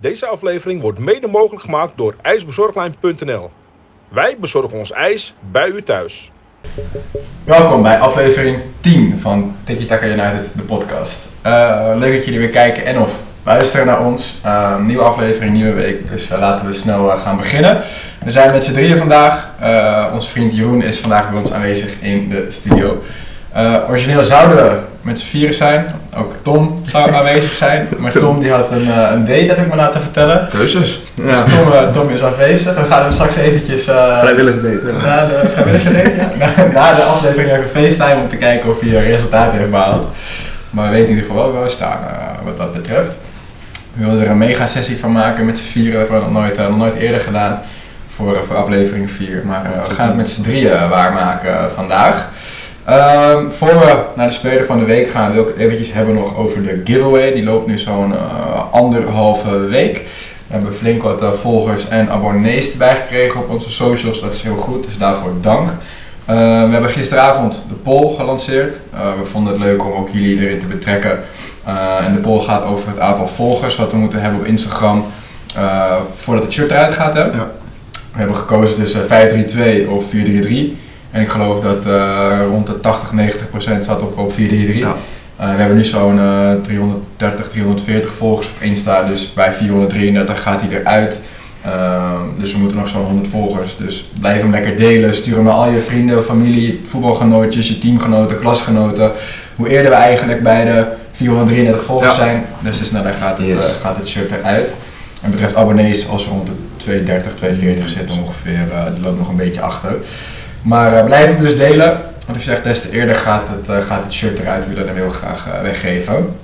Deze aflevering wordt mede mogelijk gemaakt door ijsbezorglijn.nl. Wij bezorgen ons ijs bij u thuis. Welkom bij aflevering 10 van Tiki Taka United, de podcast. Leuk dat jullie weer kijken en of luisteren naar ons. Nieuwe aflevering, nieuwe week, dus laten we snel gaan beginnen. We zijn met z'n drieën vandaag. Onze vriend Jeroen is vandaag bij ons aanwezig in de studio. Origineel zouden we met z'n vieren zijn, ook Tom zou aanwezig zijn, maar Tom die had een date, heb ik me laten vertellen. Keuzes. Dus Tom is afwezig. We gaan hem straks eventjes Vrijwillige date. na de vrijwillige date, ja. na de aflevering even FaceTime om te kijken of hij resultaten heeft behaald. Maar we weten in ieder geval wel waar we staan wat dat betreft. We wilden er een mega sessie van maken met z'n vieren, dat hebben we nog nooit eerder gedaan voor aflevering 4. Maar we gaan het met z'n drieën waarmaken vandaag. Voor we naar de speler van de week gaan, wil ik het eventjes hebben nog over de giveaway. Die loopt nu zo'n 1,5 week. We hebben flink wat volgers en abonnees erbij gekregen op onze socials, dat is heel goed, dus daarvoor dank. We hebben gisteravond de poll gelanceerd. We vonden het leuk om ook jullie erin te betrekken. En de poll gaat over het aantal volgers wat we moeten hebben op Instagram voordat het shirt eruit gaat. Hè? Ja. We hebben gekozen tussen 532 of 433. En ik geloof dat rond de 80-90% zat op 433. Ja. We hebben nu zo'n 330, 340 volgers op Insta, dus bij 433 gaat hij eruit. Dus we moeten nog zo'n 100 volgers. Dus blijf hem lekker delen, stuur hem naar al je vrienden, familie, voetbalgenootjes, je teamgenoten, klasgenoten. Hoe eerder we eigenlijk bij de 433 volgers zijn, des te sneller gaat het shirt eruit. En betreft abonnees, als we rond de 230, 240 zitten ongeveer, die loopt nog een beetje achter. Maar blijf hem dus delen. Want ik zeg, des te eerder gaat het shirt eruit, willen we hem heel graag weggeven.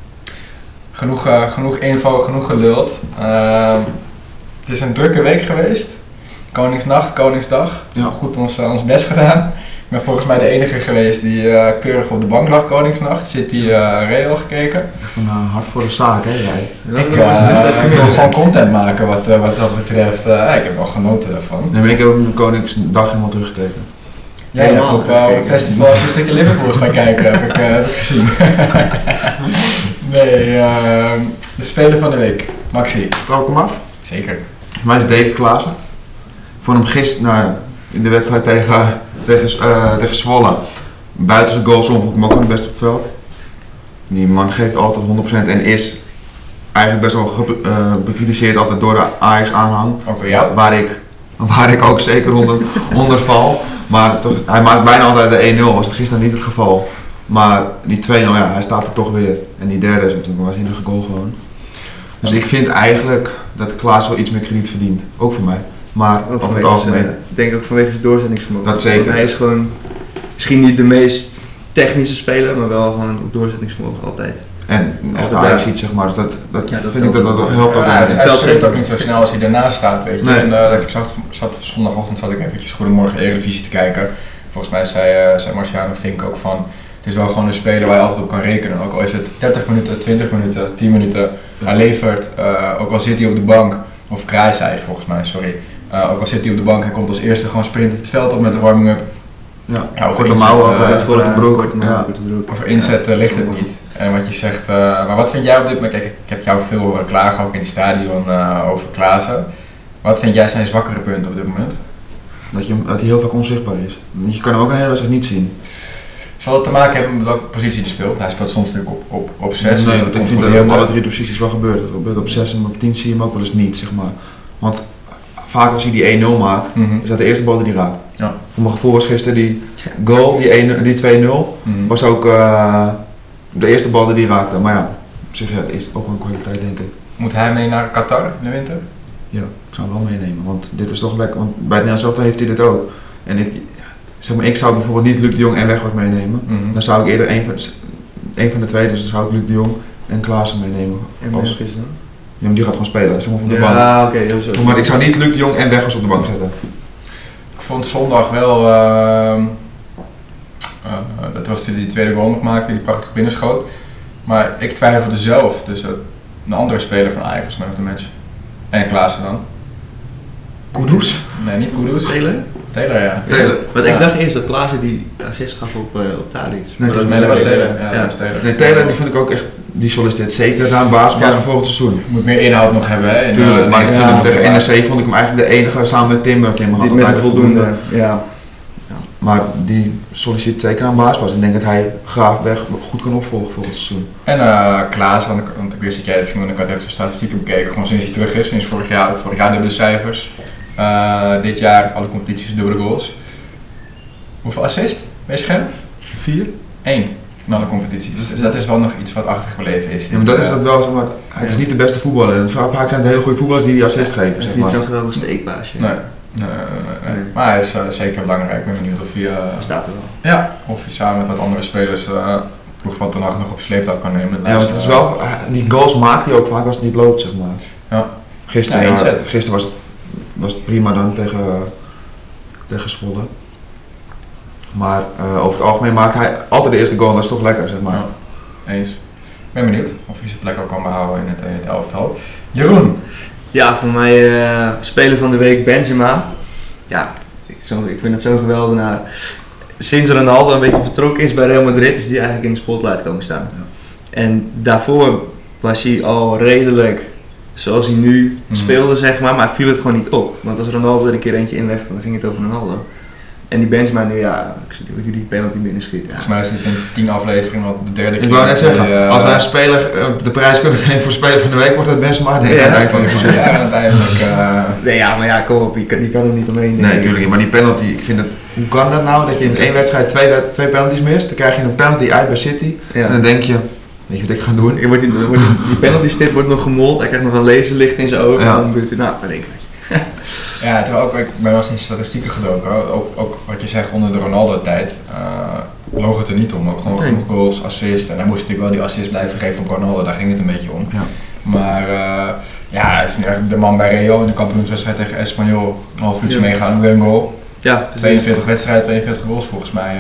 Genoeg info, genoeg geluld. Het is een drukke week geweest. Koningsnacht, Koningsdag. Ja. Goed ons best gedaan. Ik ben volgens mij de enige geweest die keurig op de bank lag Koningsnacht. City Real gekeken. Echt een hart voor de zaak, hè jij? Ik wil gewoon content maken wat dat betreft. Ik heb wel genoten daarvan. Nee, maar ik heb ook de Koningsdag helemaal teruggekeken. Ja, je hebt op het festival een stukje Liverpool gaan kijken, heb ik gezien. Nee, de speler van de week. Maxi. Trouw ik hem af? Zeker. Voor mij is David Klaassen. Ik vond hem gisteren in de wedstrijd tegen Zwolle. Buiten zijn goals om vond ik hem ook gewoon het beste op het veld. Die man geeft altijd 100% en is eigenlijk best wel bekritiseerd altijd door de Ajax-aanhang. Okay, ja. Waar ik ook zeker onder val. Maar toch, hij maakt bijna altijd de 1-0, was het gisteren niet het geval. Maar die 2-0, ja, hij staat er toch weer. En die derde is natuurlijk een waanzinnige goal gewoon. Dus ik vind eigenlijk dat Klaas wel iets meer krediet verdient. Ook voor mij. Maar over het algemeen. Ik denk ook vanwege zijn doorzettingsvermogen. Dat zeker. Want hij is gewoon misschien niet de meest technische speler, maar wel gewoon op doorzettingsvermogen altijd. En echt Ajax ziet, zeg maar. Dus dat vind ik dat helpt ook. Hij sprint ook niet zo snel als hij daarnaast staat, weet je. Nee. En zondagochtend zat ik eventjes Goedemorgen Eredivisie te kijken. Volgens mij zei Marciano Vink ook van, het is wel gewoon een speler waar je altijd op kan rekenen. Ook al is het 30 minuten, 20 minuten, 10 minuten. Hij levert, ook al zit hij op de bank, of Kraai zei het volgens mij, sorry. Ook al zit hij op de bank, hij komt als eerste gewoon sprintend het veld op met de warming-up. Ja, over de mouwen altijd, voor de broek. Over inzetten ligt het niet. En wat je zegt, maar wat vind jij op dit moment, kijk, ik heb jou veel horen klagen ook in het stadion over Klaassen. Wat vind jij zijn zwakkere punten op dit moment? Dat hij heel vaak onzichtbaar is. Je kan hem ook een hele wedstrijd niet zien. Zal het te maken hebben met welke positie hij speelt? Hij speelt soms natuurlijk op 6. Nee, want ik vind dat op alle 3 posities wel gebeurt. Het gebeurt op 6 en op 10 zie je hem ook wel eens niet, zeg maar. Want vaak als hij die 1-0 maakt, is dat de eerste bal die hij raakt. Ja. Voor mijn gevoel was gisteren die goal, die 2-0, was ook de eerste bal die hij raakte. Maar ja, op zich is ook wel een kwaliteit, denk ik. Moet hij mee naar Qatar in de winter? Ja, ik zou hem wel meenemen, want dit is toch lekker. Want bij het Nederlands elftal heeft hij dit ook. En ik zou bijvoorbeeld niet Luc de Jong en Weghorst meenemen. Dan zou ik eerder een van de twee, dus dan zou ik Luc de Jong en Klaassen meenemen. En Memphis dan? Ja, maar die gaat gewoon spelen, zeg maar, van de bank. Ja, oké. Maar ik zou niet Luc de Jong en Weghorst op de bank zetten. Ik vond zondag wel, dat was die tweede goal nog maakte, die prachtig binnenschoot. Maar ik twijfelde zelf tussen een andere speler van Ajax man of the match. En Klaassen dan. Kudus? Nee, niet Kudus. Taylor, ja. Taylor. Want ik dacht eerst dat Klaassen die assist gaf op Tadic. Nee, dat was Taylor. Ja, dat was Taylor. Nee, Taylor die vind ik ook echt, die solliciteert zeker naar een basisplaats voor volgend seizoen. Je moet meer inhoud nog hebben, hè. Tuurlijk, maar ik vind hem tegen NEC vond ik hem eigenlijk de enige samen met Timber. Timber had Die met altijd voldoende. Ja. Maar die solliciteert zeker naar een basisplaats. Ik denk dat hij Graafweg goed kan opvolgen volgend seizoen. En Klaas, want ik wist dat jij het ging doen, ik had even de statistieken bekeken, gewoon sinds hij terug is, sinds vorig jaar dubbele cijfers. Dit jaar alle competities dubbele goals. Hoeveel assist? Weet je scherp? 4? 1 in alle competities. Dus dat is wel nog iets wat achtergebleven is. Ja, maar dat is dat wel, zeg maar, het is niet de beste voetballer. En vaak zijn het hele goede voetballers die assist geven. Het is Zeg niet maar. zo'n geweldig steekbaasje. Nee. Maar hij is zeker belangrijk. Ik ben benieuwd of hij Staat er wel. ja, of hij samen met wat andere spelers ploeg van Ten Hag nog op sleeptouw kan nemen. Ja, want het is wel, die goals maakt hij ook vaak als het niet loopt, zeg maar. Ja. Gisteren was het prima dan tegen Zwolle. Maar over het algemeen maakt hij altijd de eerste goal en dat is toch lekker, zeg maar. Ja, eens. Ik ben benieuwd of hij zijn plek ook kan behouden in het elftal. Jeroen. Ja, voor mij speler van de week Benzema. Ja, ik vind het zo'n geweldenaar. Sinds Ronaldo een beetje vertrokken is bij Real Madrid is hij eigenlijk in de spotlight komen staan. Ja. En daarvoor was hij al redelijk zoals hij nu speelde, zeg maar hij viel het gewoon niet op. Want als Ronaldo er een keer eentje inlegde, dan ging het over Ronaldo. En die Benzema nu, ja, ik zie dat die penalty binnenschiet. Ja. Volgens mij is dit in 10 afleveringen al de derde keer. Ik wou net zeggen, als wij een speler de prijs kunnen geven voor speler van de week, wordt het Benzema denk ik aan het eind van het seizoen. Ja, uiteindelijk. Nee, ja, maar ja, kom op, die kan er niet omheen. Nee, natuurlijk niet, maar die penalty, ik vind het, hoe kan dat nou, dat je in één wedstrijd twee penalties mist, dan krijg je een penalty uit bij City en dan denk je, weet je wat ik ga doen? Die penalty stip wordt nog gemold, hij krijgt nog een laserlicht in zijn ogen en dan gebeurt hij, nou, denk ik. Ja, terwijl ook, ik ben wel eens in statistieken gedoken, ook wat je zegt onder de Ronaldo-tijd, loog het er niet om. Ook gewoon genoeg goals, assists en hij moest natuurlijk wel die assist blijven geven op Ronaldo, daar ging het een beetje om. Ja. Maar hij is nu echt de man bij Real in de kampioenswedstrijd tegen Espanyol, een half uurtje meegaan, weer een goal. Ja, 42 wedstrijden, 42 goals volgens mij.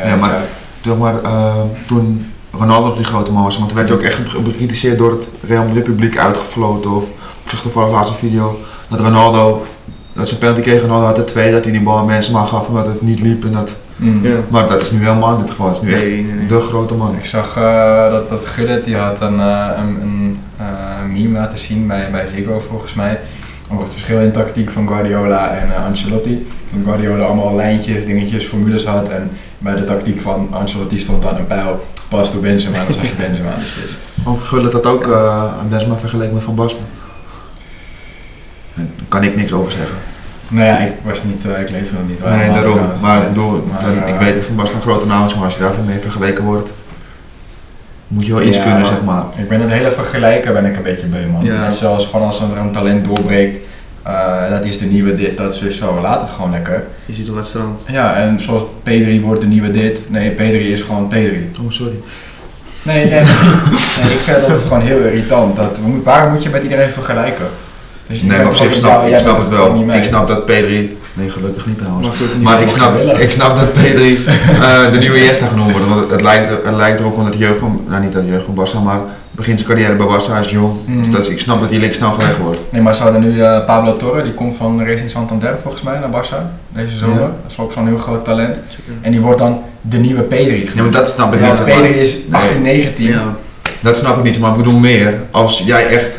Toen Ronaldo die grote man was, want toen werd hij ook echt bekritiseerd door het Real Madrid publiek uitgefloten. Of ik zag toevallig de laatste video dat Ronaldo, dat zijn penalty kreeg, Ronaldo had er 2, dat hij die bal aan Benzema gaf omdat het niet liep. En dat, maar dat is nu helemaal in dit geval, het is nu echt de grote man. Ik zag dat Gullit, die had een meme laten zien bij Ziggo volgens mij. Over het verschil in tactiek van Guardiola en Ancelotti. Van Guardiola allemaal lijntjes, dingetjes, formules had en bij de tactiek van Ancelotti stond aan een pijl, pas door Benzema, dan zag je Benzema. Want Gullit had ook Benzema vergeleken met Van Basten. Daar kan ik niks over zeggen. Nou ja, ik leefde nog niet. Nee, daarom. Ik weet dat Van Basten een grote naam is, maar als je daarvan mee vergeleken wordt, moet je wel iets kunnen, zeg maar. Ik ben het hele vergelijken ben ik een beetje beu, man. Net zoals van als er een talent doorbreekt, dat is de nieuwe dit, dat is zo, laat het gewoon lekker. Je ziet hem met strand. Ja, en zoals Pedri wordt de nieuwe dit. Nee, Pedri is gewoon Pedri. Oh, sorry. Nee, ik vind dat gewoon heel irritant. Waarom moet je met iedereen vergelijken? Dus nee, maar op zich ik snap het wel. Ik snap dat Pedri, nee gelukkig niet trouwens, maar ik snap dat Pedri de nieuwe Iniesta genoemd wordt. Want het lijkt erop omdat de jeugd van, nou niet de jeugd van Barça, maar begint zijn carrière bij Barça, hij is jong. Dus ik snap dat hij links snel gelegd wordt. Nee, maar zou er nu Pablo Torre, die komt van Racing Santander volgens mij naar Barça deze zomer. Ja. Dat is ook zo'n heel groot talent. En die wordt dan de nieuwe Pedri genoemd. Ja, maar dat snap ik niet. Pedri is 18, 19. Ja. Dat snap ik niet, maar ik bedoel meer als jij echt...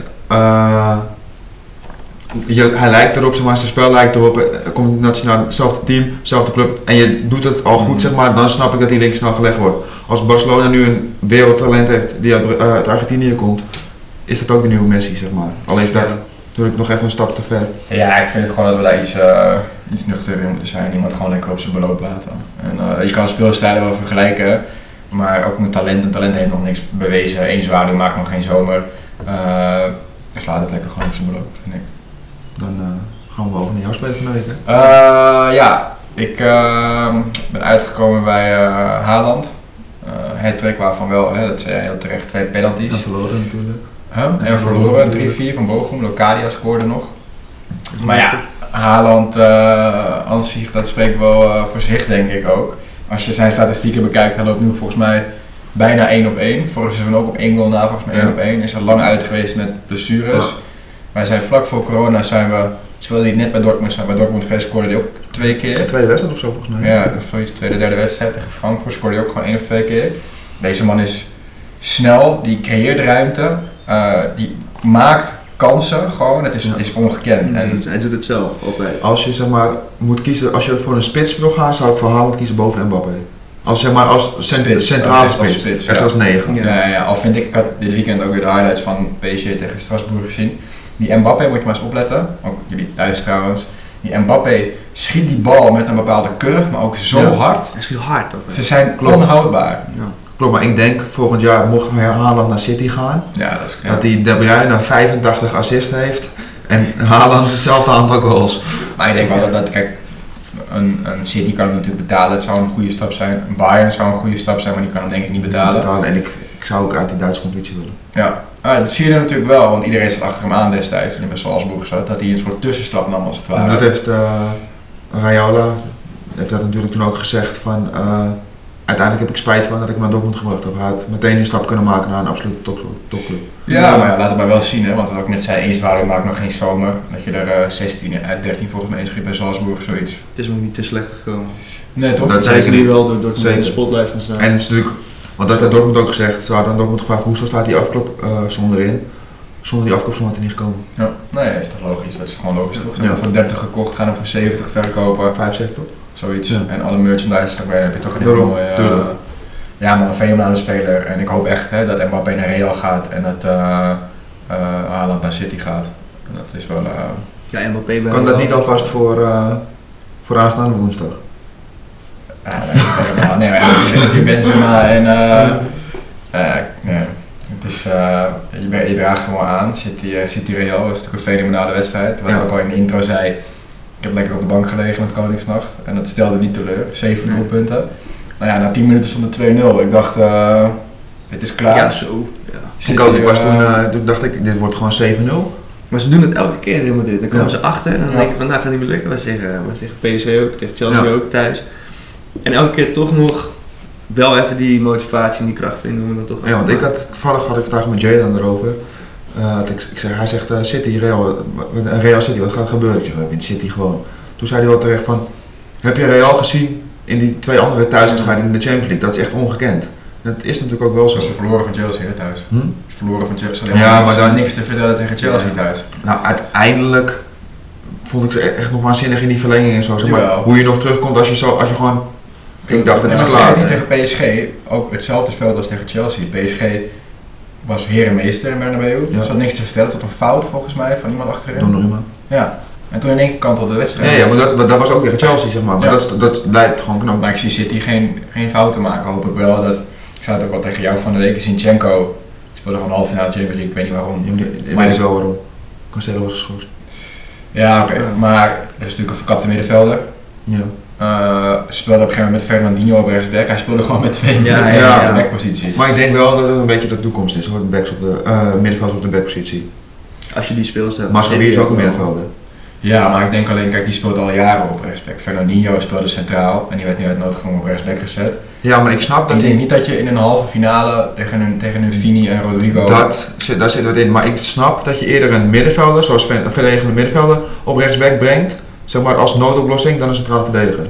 hij lijkt erop, zeg maar, zijn spel lijkt erop, komt nationaal hetzelfde team, hetzelfde club en je doet het al goed, zeg maar, dan snap ik dat hij links snel gelegd wordt. Als Barcelona nu een wereldtalent heeft die uit Argentinië komt, is dat ook de nieuwe Messi, zeg maar. Alleen is dat natuurlijk nog even een stap te ver. Ja, ik vind het gewoon dat we daar iets nuchter in moeten zijn, iemand gewoon lekker op zijn beloop laten. En, je kan speelstijlen wel vergelijken, maar ook met talent, een talent heeft nog niks bewezen, één zwaluw maakt nog geen zomer. Dus laat het lekker gewoon op zijn beloop, vind ik. Dan gaan we over naar jouw speler van de week, hè? Ja, ik ben uitgekomen bij Haaland. Hattrick waarvan wel, dat zei heel terecht, 2 penalties. En verloren natuurlijk. En verloren, 3-4 van Bochum, Locadia scoorde nog. Maar ja, Haaland, aan zich, dat spreekt wel voor zich denk ik ook. Als je zijn statistieken bekijkt, hij loopt nu volgens mij bijna 1-op-1. Vorig seizoen ook op 1 goal na, volgens mij 1-op-1. Is er lang uit geweest met blessures. Ja. Wij zijn vlak voor corona zijn we Terwijl hij net bij Dortmund staat. Bij Dortmund geweest scoorde hij ook 2 keer. Is het de tweede wedstrijd of zo volgens mij? Ja, of zoiets, tweede, derde wedstrijd tegen Frankfurt scoorde hij ook gewoon 1 of 2 keer. Deze man is snel, die creëert ruimte, die maakt kansen gewoon, het is ongekend. En hij doet het zelf, altijd. Als je zeg maar moet kiezen, als je voor een spits wil gaan, zou ik voor Haaland kiezen boven Mbappé. Als zeg maar als centrale spits, echt als 9. Ja, al vind ik had dit weekend ook weer de highlights van PSG tegen Strasbourg gezien. Die Mbappé moet je maar eens opletten, ook jullie thuis trouwens. Die Mbappé schiet die bal met een bepaalde curve, maar ook zo hard. Hij schiet hard altijd. Ze zijn onhoudbaar. Ja. Klopt, maar ik denk volgend jaar mocht Haaland naar City gaan, Ja, dat is dat hij De Bruyne 85 assists heeft en Haaland hetzelfde aantal goals. Maar ik denk wel dat kijk, een City kan hem natuurlijk betalen, het zou een goede stap zijn. Een Bayern zou een goede stap zijn, maar die kan hem denk ik niet betalen. En ik zou ook uit die Duitse competitie willen. Ja, dat zie je natuurlijk wel, want iedereen zat achter hem aan destijds, toen hij bij Salzburg zat, dat hij een soort tussenstap nam als het ware. En dat heeft Raiola heeft dat natuurlijk toen ook gezegd van uiteindelijk heb ik spijt van dat ik hem naar Dortmund gebracht heb. Hij had meteen die stap kunnen maken naar een absolute topclub. Ja, maar laat het maar wel zien, hè, want wat ik net zei, eens waarom maakt nog geen zomer, dat je er 16 uit 13 volgens mij inschreef bij Salzburg of zoiets. Het is nog niet te slecht gekomen. Nee toch? Dat Zij zeker nu niet. wel door Zeker. de spotlight gaan staan. En het is natuurlijk, want dat had Dortmund ook gezegd, ze hadden aan Dortmund gevraagd hoezo staat die afkoopsom erin. Zonder die afkoopsom had hij niet gekomen. Ja, nee, is toch logisch, dat is gewoon logisch toch? Ze Ja. hebben voor 30 gekocht, gaan hem voor 70 verkopen, 75. zoiets. Ja. En alle merchandise erbij heb je toch een hele Daarom, mooie... tuurlijk. Ja, maar een fenomenale speler. En ik hoop echt dat Mbappé naar Real gaat en dat Haaland naar City gaat. En dat is wel... Ja, Mbappé bij Kan dat niet alvast voor aanstaande woensdag? nee, maar je Benzema en... nee. Het is, je draagt hem wel aan. City Real was natuurlijk een fenomenale wedstrijd. Wat ik ook al in de intro zei. Ik heb lekker op de bank gelegen met Koningsnacht. En dat stelde niet teleur. 7 doelpunten. Nou ja, na 10 minuten stond het 2-0. Ik dacht, dit is klaar. Ja, zo. Ja. Ik ook, toen dacht ik, dit wordt gewoon 7-0. Maar ze doen het elke keer in Real Madrid. Dan komen Ja. ze achter en dan denk je van, nou gaat niet meer lukken. We zeggen PSV ook, tegen Chelsea ook thuis. En elke keer toch nog wel even die motivatie en die kracht vinden om dan toch. Ja, want toevallig had ik vandaag met Jayden erover. Hij zegt City, Real City, wat gaat er gebeuren? Ik zeg, we winnen City gewoon. Toen zei hij wel terecht van, heb je Real gezien in die 2 andere thuiswedstrijden in de Champions League? Dat is echt ongekend. Dat is natuurlijk ook wel zo. Ze verloren van Chelsea thuis. Hm? Ze verloren van Chelsea. Ja, maar dan niks te vertellen tegen Chelsea thuis. Nou, uiteindelijk vond ik ze echt nog waanzinnig in die verlenging en zo. Zeg maar, Jawel. hoe je nog terugkomt als je gewoon... Ik dacht, het is maar klaar. niet tegen PSG, ook hetzelfde spel als tegen Chelsea. PSG was herenmeester in Bernabeu. Ja. Ze had niks te vertellen tot een fout volgens mij van iemand achterin. Donnarumma. Ja. En toen in één keer kantelde de wedstrijd. Ja, maar dat was ook tegen Chelsea, zeg maar. Maar Ja. dat blijft gewoon knap. Maar ik zie City geen fouten maken. Hoop ik wel dat... Ik zei het ook wel tegen jou van de week. Zinchenko speelde gewoon halve finale Champions League. Ik weet niet waarom. Ik weet wel waarom. Cancelo was geschorst. Ja, oké. Maar dat is natuurlijk een verkapte middenvelder. Ja. Ze speelde op een gegeven moment met Fernandinho op rechtsback. Hij speelde gewoon met 2 ja. op de backpositie. Maar ik denk wel dat het een beetje de toekomst is hoor. De backs op de middenvelders op de backpositie. Als je die speelt. Masraoui is ook een middenvelder. Ja, maar ik denk alleen, kijk, die speelt al jaren op rechtsback. Fernandinho speelde centraal en die werd nu uit noodgedwongen op rechtsback gezet. Ja, maar ik snap dat Ik denk niet dat je in een halve finale tegen een Vini en Rodrigo... Daar zit wat in. Maar ik snap dat je eerder een middenvelder, zoals een verdedigende middenvelder, op rechtsback brengt. Zeg maar als noodoplossing dan een centrale verdediger.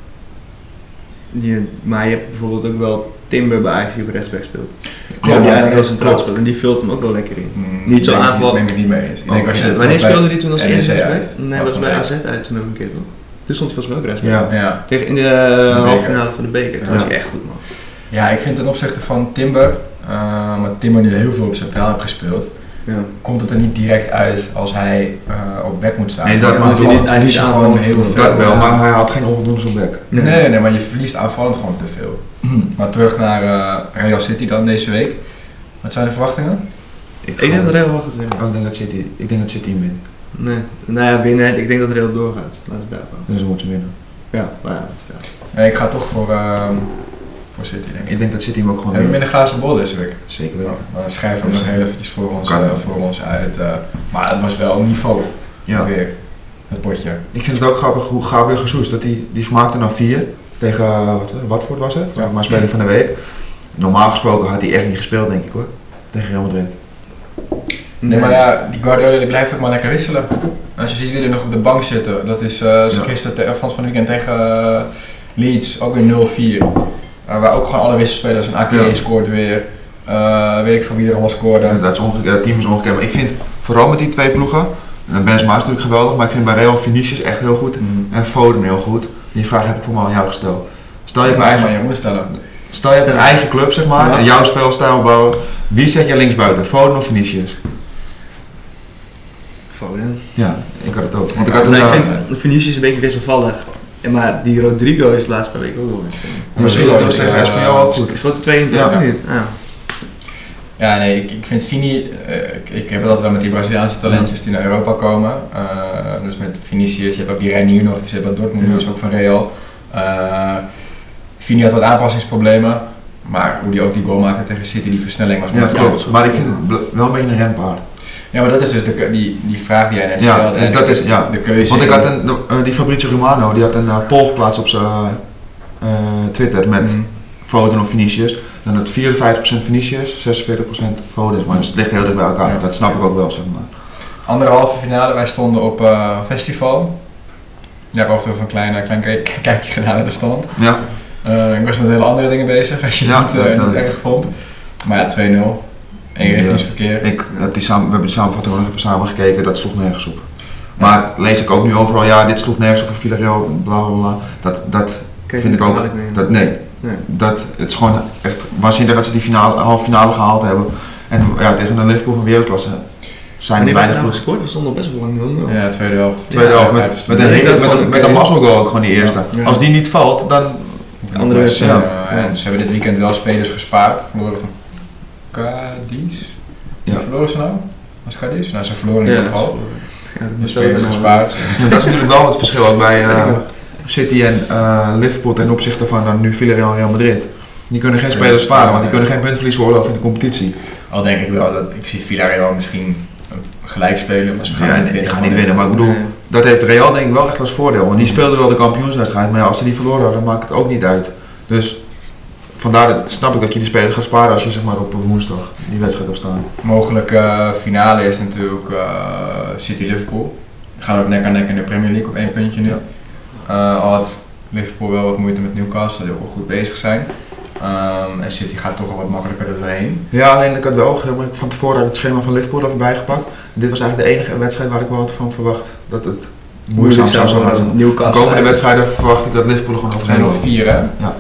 Maar je hebt bijvoorbeeld ook wel Timber bij Ajax die op rechtsback speelt. Klopt. Die eigenlijk heel centraal speelt en die vult hem ook wel lekker in. Niet zo aanval. Ik ben het niet mee eens. Ik denk als je Wanneer speelde die toen als NEC eerste uit. rechtsback? Nee, dat was bij Van AZ uit toen ook een keer toch? Toen stond hij volgens mij ook rechtsback. Ja. Ja. Tegen in de halve finale van de beker. Toen was hij echt goed man. Ja, ik vind ten opzichte van Timber, maar Timber nu heel veel op centraal heeft gespeeld, Ja. komt het er niet direct uit als hij op back moet staan. Nee, dat- maar hij niet is gewoon aanvallend heel genoeg. veel. Dat wel, maar hij had geen onvoldoende op back. Nee, maar je verliest aanvallend gewoon te veel. Maar terug naar Real City dan deze week. Wat zijn de verwachtingen? Ik denk dat Real wel gaat winnen. Oh, ik denk dat City hem wint. Nee. Nou ja, winnen. Ik denk dat Real doorgaat. Laat het daar houden. Dus dan moeten ze winnen. Ja, maar ja. Nee, ik ga toch voor City, denk ik. Ik denk dat City hem ook gewoon Hebben we wint. in de glazen bol deze week? Zeker weten. Dan schrijven we hem nog heel eventjes voor ons uit. Maar het was wel niveau Ja. weer, het potje. Ik vind het ook grappig hoe Gabriel Jesus, dat die smaakte naar 4 tegen Watford was het, Ja. maar speler van de week. Normaal gesproken had hij echt niet gespeeld denk ik hoor, tegen Real Madrid. Nee, maar ja, die Guardiola die blijft ook maar lekker wisselen. Als je ziet wie er nog op de bank zitten, dat is gisteren van het weekend tegen Leeds, ook weer 0-4. Waar ook gewoon alle wisselspelers, een Ake scoort weer, weet ik van wie er allemaal scoorde. Ja, het team is ongekend. Maar ik vind, vooral met die twee ploegen, Benzema is natuurlijk geweldig, maar ik vind bij Real Vinicius echt heel goed en Foden heel goed. Die vraag heb ik voor mij aan jou gesteld. Stel je hebt een eigen club, zeg maar, en jouw spelstijl bouwen. Wie zet je linksbuiten, Foden of Vinicius? Foden. Ja, ik had het ook. Want ik vind Vinicius een beetje wisselvallig. Maar die Rodrigo is de laatste paar weken ook wel eens. Die was tegen Espanyol ook goed. Is gewoon de 22 nu. Ja, nee, ik vind Vini, ik heb het altijd wel met die Braziliaanse talentjes die naar Europa komen. Dus met Vinicius, je hebt ook die Reinier nog, die zit bij Dortmund, die is ook van Real. Vini had wat aanpassingsproblemen, maar hoe die ook die goal maakte tegen City, die versnelling was ja, klopt. Maar ik vind het wel een beetje een renpaard. Ja, maar dat is dus die vraag die jij net stelde. Ja, dat is de keuze. Want ik had die Fabrizio Romano, die had een poll geplaatst op zijn Twitter met Foden of Vinicius. Dan had 54% Vinicius, 46% Foden. Maar het ligt heel dicht bij elkaar, dat snap ik ook wel, zeg maar. Anderhalve finale, wij stonden op festival. Ja, ik heb af en toe een klein kijkje gedaan naar de stand. Ja. Ik was met hele andere dingen bezig, als je het niet erg vond. Maar ja, 2-0. Eenrichtingsverkeer. We hebben die samenvatting nog even samen gekeken, dat sloeg nergens op. Maar lees ik ook nu overal, dit sloeg nergens op voor Villarreal, bla bla bla. Dat vind ik ook. Het is gewoon echt waanzinnig dat ze die halve finale gehaald hebben. En tegen een Liverpool van wereldklasse zijn die bijna goed gescoord. We stonden best wel lang 0-0. Ja, tweede helft. Met een mazzelgoal ook gewoon die eerste. Ja. Als die niet valt, dan andere wedstrijd. En ze hebben dit weekend wel spelers gespaard. Verloren van Cadiz. Ja. Verloren ze nou? Was Cadiz? Nou, ze verloren in ieder geval. De spelers gespaard. Ja, dat is natuurlijk wel het verschil ook bij City en Liverpool ten opzichte van nu Villarreal en Real Madrid. Die kunnen geen spelers sparen, want die kunnen geen puntverlies veroorloven in de competitie. Al denk ik wel dat ik zie Villarreal misschien gelijk spelen, maar ze gaan niet winnen. Maar ik bedoel, dat heeft Real denk ik wel echt als voordeel. Want die speelden wel de kampioenswedstrijd, maar als ze die verloren hadden, dan maakt het ook niet uit. Dus vandaar snap ik dat je die spelers gaat sparen als je zeg maar op woensdag die wedstrijd op staan. Mogelijke finale is natuurlijk City-Liverpool. We gaan ook nek aan nek in de Premier League op 1 puntje nu. Al had Liverpool wel wat moeite met Newcastle, die ook wel goed bezig zijn. En City gaat toch al wat makkelijker er doorheen. Ja, alleen ik had wel van tevoren het schema van Liverpool er voorbij gepakt. Dit was eigenlijk de enige wedstrijd waar ik wel wat van verwacht dat het moeizaam zou zijn. De komende wedstrijden verwacht ik dat Liverpool er gewoon overheen nog 4, hè? Ja.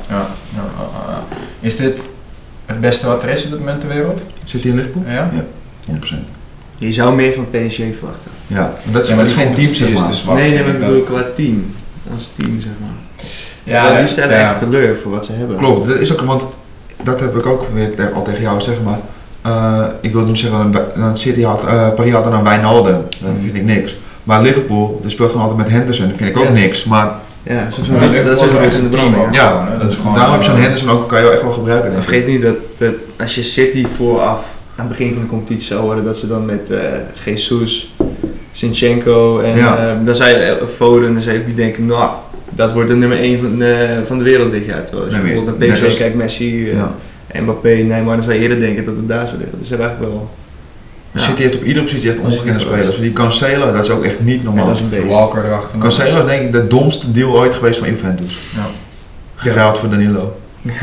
Is dit het beste wat er is op dit moment ter wereld? City en Liverpool? Ja? Ja, 100%. Je zou meer van PSG verwachten. Ja, dat is geen team, zeg maar. Te zwak. Nee, maar ik bedoel qua team. Als team, zeg maar. Ja, die stellen echt teleur voor wat ze hebben. Klopt, dat is ook, want dat heb ik ook weer al tegen jou zeg maar. Ik wil niet zeggen dat City had, Paris had dan Wijnaldum, dat vind ik niks. Maar Liverpool, die speelt gewoon altijd met Henderson, dat vind ik ook niks. Maar dat is ook een team. Ja, daarom heb je zo'n Henderson ook, kan je echt wel gebruiken. Vergeet niet dat als je City vooraf aan het begin van de competitie zou worden, dat ze dan met Jesus, Zinchenko en dan zou je Foden, dan zou je denken, nou, dat wordt de nummer 1 van de wereld dit jaar. Als je bijvoorbeeld naar PSG kijkt, Messi, Mbappé, Neymar, dan zou je eerder denken dat het daar zou liggen. Dus dat is eigenlijk wel... City heeft op iedere positie echt ongekende spelers. Die Cancelo, dat is ook echt niet normaal. Dat is een beest. Walker erachter. Cancelo is denk ik de domste deal ooit geweest van Juventus. Geruild voor Danilo.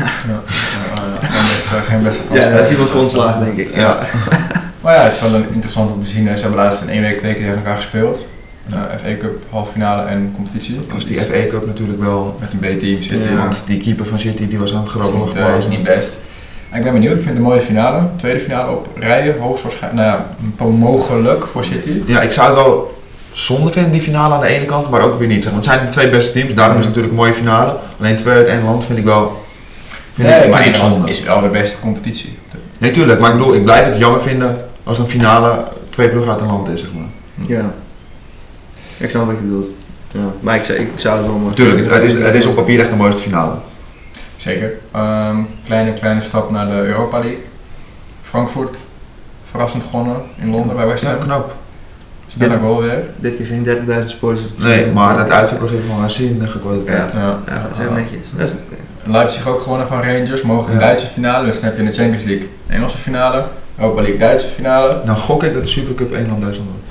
Geen beste kans. Ja, dat is iemand voor ontslagen denk ik. Ja. Maar ja, het is wel interessant om te zien. Ze hebben laatst in 1 week 2 keer tegen elkaar gespeeld. FA Cup, halve finale en competitie. Was die FA Cup natuurlijk wel met een B-team City. Want die keeper van City die was aan het grabbelen. Dat is niet best. Ik ben benieuwd, ik vind het een mooie finale. Tweede finale op rijen, hoogstwaarschijnlijk, mogelijk voor City. Ja, ik zou het wel zonde vinden die finale aan de ene kant, maar ook weer niet. Want het zijn de 2 beste teams, daarom is het natuurlijk een mooie finale. Alleen 2 uit 1 land vind ik wel zonde. Is wel de beste competitie. Nee, tuurlijk, maar ik bedoel, ik blijf het jammer vinden als een finale 2 ploegen uit een land is, zeg maar. Ja. Ik snap wat je bedoelt. Ja. Maar ik zou het wel mooi. Tuurlijk, het is op papier echt de mooiste finale. Zeker. Kleine stap naar de Europa League. Frankfurt, verrassend gewonnen in Londen bij West Ham. Ja, knap. Snelle goal weer. Dit keer geen 30.000 supporters. Nee, maar dat uitzicht was even van waanzinnige kwaliteit. Ja, dat is heel netjes. Leipzig ook gewonnen van Rangers, mogelijk een Duitse finale, dus dan heb je in de Champions League een Engelse finale. Europa League Duitse finale. Nou gok ik dat de Supercup Engeland-Duitsland wordt.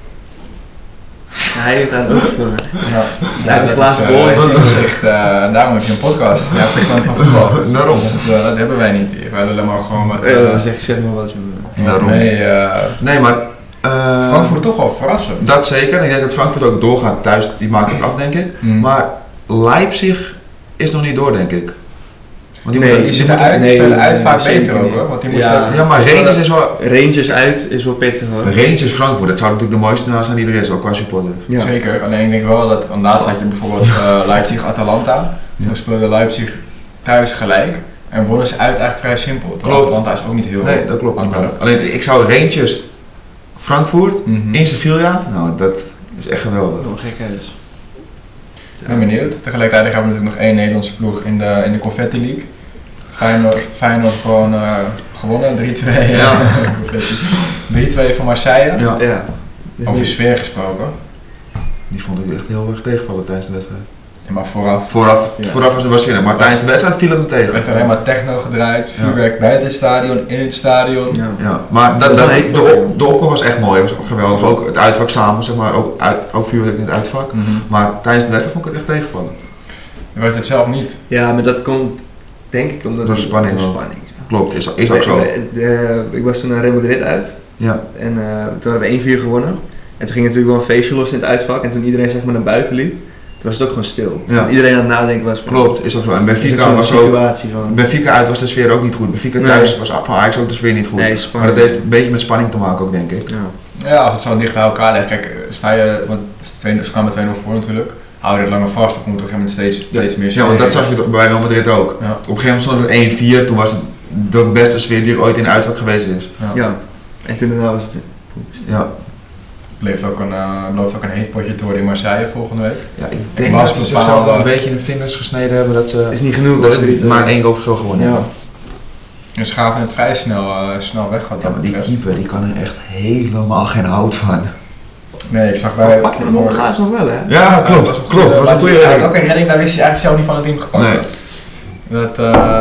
Hij heeft daar ook gewonnen. Ja, de dat laatste is, goal. dat is echt, daarom heb je een podcast. Ja, verstand van voetbal. Daarom. Dat hebben wij niet hier. Wij willen maar gewoon wat... zeg maar wat je... Daarom. Nee, maar... Frankfurt toch wel verrassen. Dat zeker. En ik denk dat Frankfurt ook doorgaat thuis. Die maakt het af, denk ik. Maar Leipzig is nog niet door, denk ik. Want die zitten uit vaak beter ook, hoor. Want die moesten... Ja, maar Rangers is wel... Rangers uit is wel pittig, hoor. Rangers Frankfurt, dat zou natuurlijk de mooiste naast zijn die er is, ook qua supporter. Ja. Zeker, alleen ik denk wel dat... Want laatst had je bijvoorbeeld Leipzig-Atalanta. Toen speelde Leipzig thuis gelijk. En wonnen ze uit eigenlijk vrij simpel. Klopt. Atalanta is ook niet heel... Nee, dat klopt. Alleen ik zou Rangers Frankfurt in Sevilla, nou dat is echt geweldig. Nog gek huis. Ik ben benieuwd. Tegelijkertijd hebben we natuurlijk nog één Nederlandse ploeg in de Confetti League. Feyenoord gewoon gewonnen, 3-2. Ja. 3-2 van Marseille. Ja. Over sfeer gesproken. Die vond ik echt heel erg tegenvallen tijdens de wedstrijd. Ja, maar vooraf. Vooraf was het waarschijnlijk, maar tijdens de wedstrijd viel het me tegen. Er werd alleen maar techno gedraaid, vuurwerk buiten het stadion, in het stadion. Ja, maar de opkomst was echt mooi, het was geweldig. Ook het uitvak samen, zeg maar, ook vuurwerk in het uitvak. Maar tijdens de wedstrijd vond ik het echt tegenvallen. Je weet het zelf niet. Ja, maar dat komt denk ik omdat... Door de spanning. Klopt, is ook zo. Ik was toen naar Real Madrid uit. Ja. En toen hadden we 1-4 gewonnen. En toen ging natuurlijk wel een feestje los in het uitvak. En toen iedereen zeg maar naar buiten liep, toen was het ook gewoon stil. Ja. Iedereen aan het nadenken was van... Klopt, is ook zo. En Benfica was ook... Benfica uit was de sfeer ook niet goed. Benfica thuis was van Ajax ook de sfeer niet goed. Nee, maar dat heeft een beetje met spanning te maken ook, denk ik. Ja, als het zo dicht bij elkaar ligt. Kijk, sta je... Want ze kwamen 2-0 voor natuurlijk. Hou je het langer vast, dan komt er op een gegeven moment steeds meer sfeer. Ja, want dat zag je bij Real Madrid ook. Ja. Op een gegeven moment stond het 1-4, toen was het de beste sfeer die er ooit in de uitvak geweest is. Ja. En toen daarna was het... Ja. Belooft ook een heet potje door in Marseille volgende week. Ja, ik denk dat ze zichzelf wel een beetje in de vingers gesneden hebben dat ze... Is niet genoeg, dat ze maar 1 goal verschil gewonnen hebben. En ze gaven het vrij snel weg. Ja, maar die keeper die kan er echt helemaal geen hout van. Nee, ik zag bij... Pakte hem op gaas nog wel, hè? Ja, klopt. Was een goede redding. Ook een redding, daar wist je eigenlijk zelf niet van het team gepakt. Nee. Dat,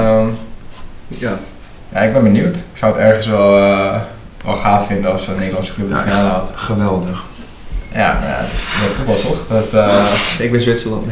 ja, ik ben benieuwd. Ik zou het ergens wel gaaf vinden als een Nederlandse club de finale had. Geweldig. Ja, dat is voetbal toch? Ik ben Zwitserland.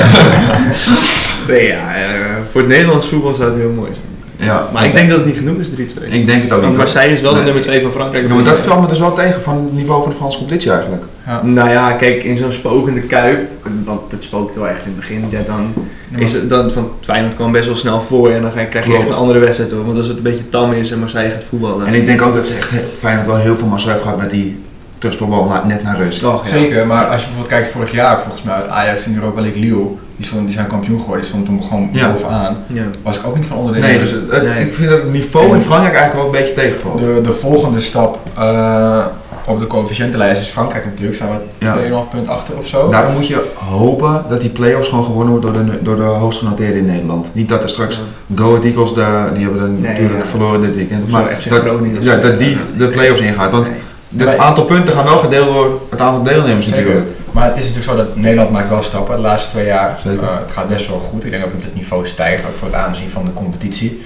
Nee, voor het Nederlands voetbal zou het heel mooi zijn. Ja, maar ik denk dat het niet genoeg is, 3-2. Ik denk het ook niet. Want Marseille is wel de nummer 2 van Frankrijk. Ja, maar dat viel me dus wel tegen van het niveau van de Franse competitie eigenlijk. Ja. Nou ja, kijk, in zo'n spokende Kuip, want het spookt wel echt in het begin, ja, dan is het dan van Feyenoord kwam best wel snel voor en dan krijg je echt een andere wedstrijd door. Want als het een beetje tam is en Marseille gaat voetballen. En ik denk ook dat ze echt Feyenoord wel heel veel massa heeft gehad met die terugspeelbal net naar rust. Ja. Zeker, maar als je bijvoorbeeld kijkt vorig jaar, volgens mij Ajax in Europa League Lille, die zijn kampioen geworden, die stond toen gewoon bovenaan. Ja. Was ik ook niet van onder deze. Nee, dus ik vind dat het niveau in Frankrijk eigenlijk wel een beetje tegenvalt. De volgende stap op de coëfficiëntenlijst is Frankrijk natuurlijk, zijn we 2,5 punt achter of zo. Daarom moet je hopen dat die play-offs gewoon gewonnen wordt door de hoogst genoteerde in Nederland. Niet dat er straks Go Ahead Eagles, die hebben dan natuurlijk verloren dit weekend, maar dat die de play-offs ingaat. Want het aantal punten gaan wel gedeeld door het aantal deelnemers natuurlijk. Maar het is natuurlijk zo dat Nederland maakt wel stappen de laatste 2 jaar. Zeker. Het gaat best wel goed. Ik denk ook dat het niveau stijgt, ook voor het aanzien van de competitie.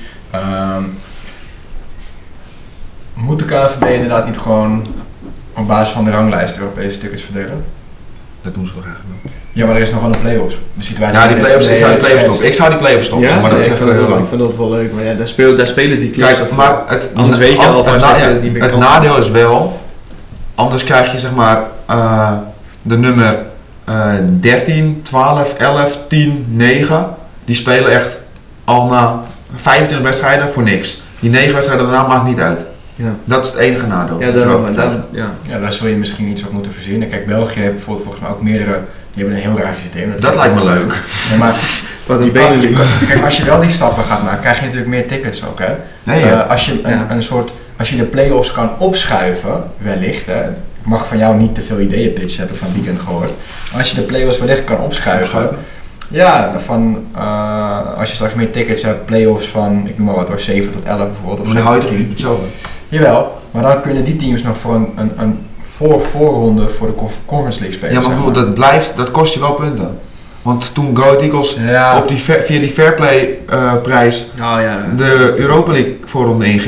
Moet de KNVB inderdaad niet gewoon op basis van de ranglijst Europese tickets verdelen? Dat doen ze toch eigenlijk wel. Ja, maar er is nog wel een play-offs. De situatie ja, die play-offs, ik zou die play-offs stoppen. Ja? Maar dat is even heel lang. Ik vind dat wel leuk, maar ja, daar spelen die clubs. Kijk, maar anders weet je al het nadeel is wel, anders krijg je zeg maar de nummer 13, 12, 11, 10, 9. Die spelen echt al na 25 wedstrijden voor niks. Die 9 wedstrijden daarna maakt niet uit. Ja. Dat is het enige nadeel. Ja, daar zul je misschien iets op moeten verzinnen. Kijk, België heeft bijvoorbeeld volgens mij ook meerdere, die hebben een heel raar systeem. Dat lijkt me leuk. Ja, maar wat een kijk, als je wel die stappen gaat maken, krijg je natuurlijk meer tickets ook, hè? Nee, als je als je de play-offs kan opschuiven, wellicht, hè, ik mag van jou niet te veel ideeën pitchen, heb ik van het weekend gehoord. Maar als je de play-offs wellicht kan opschuiven. Ja, als je straks meer tickets hebt, play-offs van, ik noem maar wat hoor, 7 tot 11 bijvoorbeeld. Of maar dan hou je toch niet hetzelfde? Jawel, maar dan kunnen die teams nog voor een voorronde voor de Conference League spelen. Ja, maar ik bedoel, dat kost je wel punten. Want toen Go Ahead Eagles via die Fairplay prijs de Europa League voorronde inging,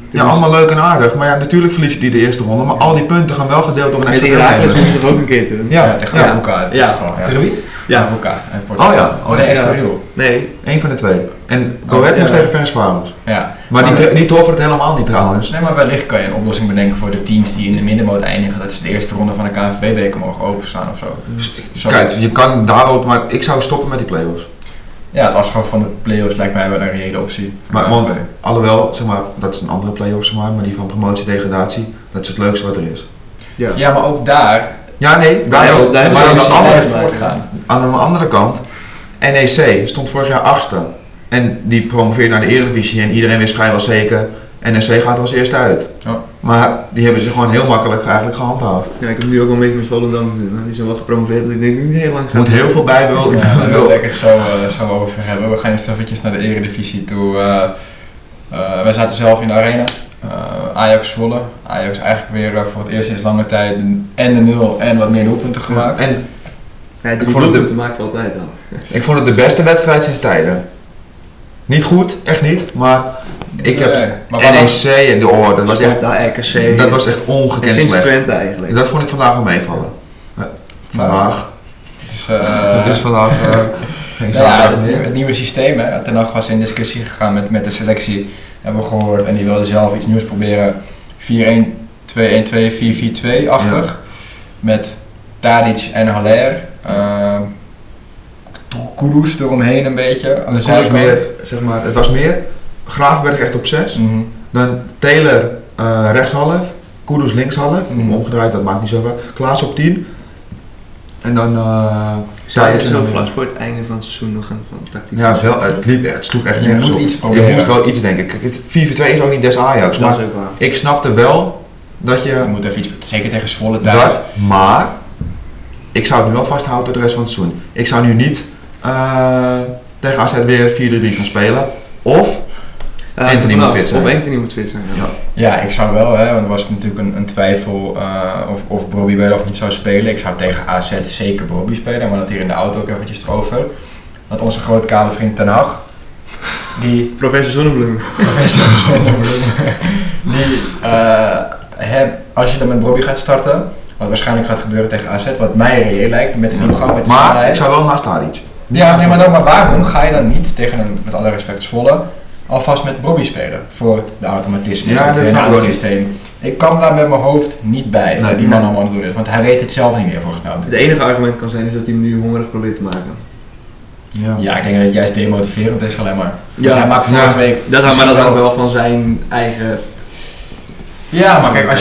Ja, allemaal leuk en aardig. Maar ja, natuurlijk verliezen die de eerste ronde. Maar al die punten gaan wel gedeeld door een extra Herakles moest toch ook een keer doen? Ja, tegen elkaar. Ja. Tegen wie? Ja, elkaar. Oh ja. Oh nee, Estoril. Nee. Eén van de twee. En Go Ahead moest tegen Ferencváros. Ja. Maar die troffen het helemaal niet trouwens. Nee, maar wellicht kan je een oplossing bedenken voor de teams die in de middenmoot eindigen. Dat ze de eerste ronde van de KNVB-beker mogen openstaan of zo. Kijk, je kan daarop, maar ik zou stoppen met die play-offs. Ja, het afschaffen van de play-offs lijkt mij wel een reële optie. Maar, want alhoewel, zeg maar, dat is een andere play-offs, zeg maar die van promotie-degradatie, dat is het leukste wat er is. Ja, maar ook daar... Ja, nee, daar is wel. daar Maar aan de andere kant, NEC stond vorig jaar 8e. En die promoveert naar de Eredivisie en iedereen wist vrijwel zeker, NEC gaat er als eerste uit. Ja. Maar die hebben ze gewoon heel makkelijk eigenlijk gehandhaafd. Ja, ik heb nu ook wel een beetje met Volendam te doen. Die zijn wel gepromoveerd, maar ik denk niet heel lang Er moet heel veel bij wil. Ja, daar wil ik het zo over hebben. We gaan eerst eventjes naar de Eredivisie toe. Wij zaten zelf in de arena. Ajax Zwolle. Ajax eigenlijk weer voor het eerst sinds lange tijd en de 0 en wat meer doelpunten gemaakt. En Ja, die doelpunten maakt altijd al. ik vond het de beste wedstrijd sinds tijden. Niet goed, echt niet, maar ik heb NEC en de oor, dat was echt, RKC. dat was echt ongekend sinds slecht. Twente eigenlijk. Dat vond ik vandaag wel meevallen. Vandaag. Het Het is vandaag geen ja, zaterdag meer. het nieuwe systeem. Hè. Ten Hag was in discussie gegaan met de selectie, hebben we gehoord. En die wilde zelf iets nieuws proberen. 4-1-2-1-2, 4-4-2-achtig. Ja. Met Tadic en Haller. Kudus eromheen een beetje. Aan de zijkant. Meer, zeg maar, het was meer Gravenberg echt op 6. Mhm. Dan Taylor rechtshalf. Kudus linkshalf. Omgedraaid, dat maakt niet zoveel. Klaas op 10. En dan Zou je Tadic zo en vlak voor het einde van het seizoen nog een van tactiek? ja, wel, het sloeg echt Je nergens moet op. iets Je proberen. moest wel iets denken. Kijk, het 4-4-2 is ook niet des Ajax. Dat Maar is ook waar. ik snapte wel dat Je je moet even iets, zeker tegen Zwolle thuis. dat, maar ik zou het nu wel vasthouden tot de rest van het seizoen. Ik zou nu niet tegen AZ weer 4-3 gaan spelen. Of Anthony moet fit zijn. Of Anthony moet fit zijn, ja. Ja, ik zou wel, hè, want er was natuurlijk een twijfel of Bobby wel of niet zou spelen. Ik zou tegen AZ zeker Bobby spelen, maar dat hier in de auto ook eventjes erover. Dat onze grote kale vriend Ten Hag, die Professor Zonnebloem. als je dan met Bobby gaat starten, wat waarschijnlijk gaat gebeuren tegen AZ, wat mij reëel lijkt, met de ingang, met de Maar snelheid. ik zou wel naast Tadic. Ja, nee, maar waarom ga je dan niet tegen een, met alle respect, Zwolle, alvast met Bobby spelen? Voor de automatisme, Ja, dat snap ik ook niet. systeem. Ik kan daar met mijn hoofd niet bij, Nee, wat die man allemaal aan het doen is, want hij weet het zelf niet meer volgens mij. Het enige argument kan zijn is dat hij hem nu hongerig probeert te maken. Ja, ik denk dat het juist demotiverend is alleen maar. Ja. Want hij maakt vorige week... Maar dat misschien hangt wel van zijn eigen... Ja, maar kijk, als je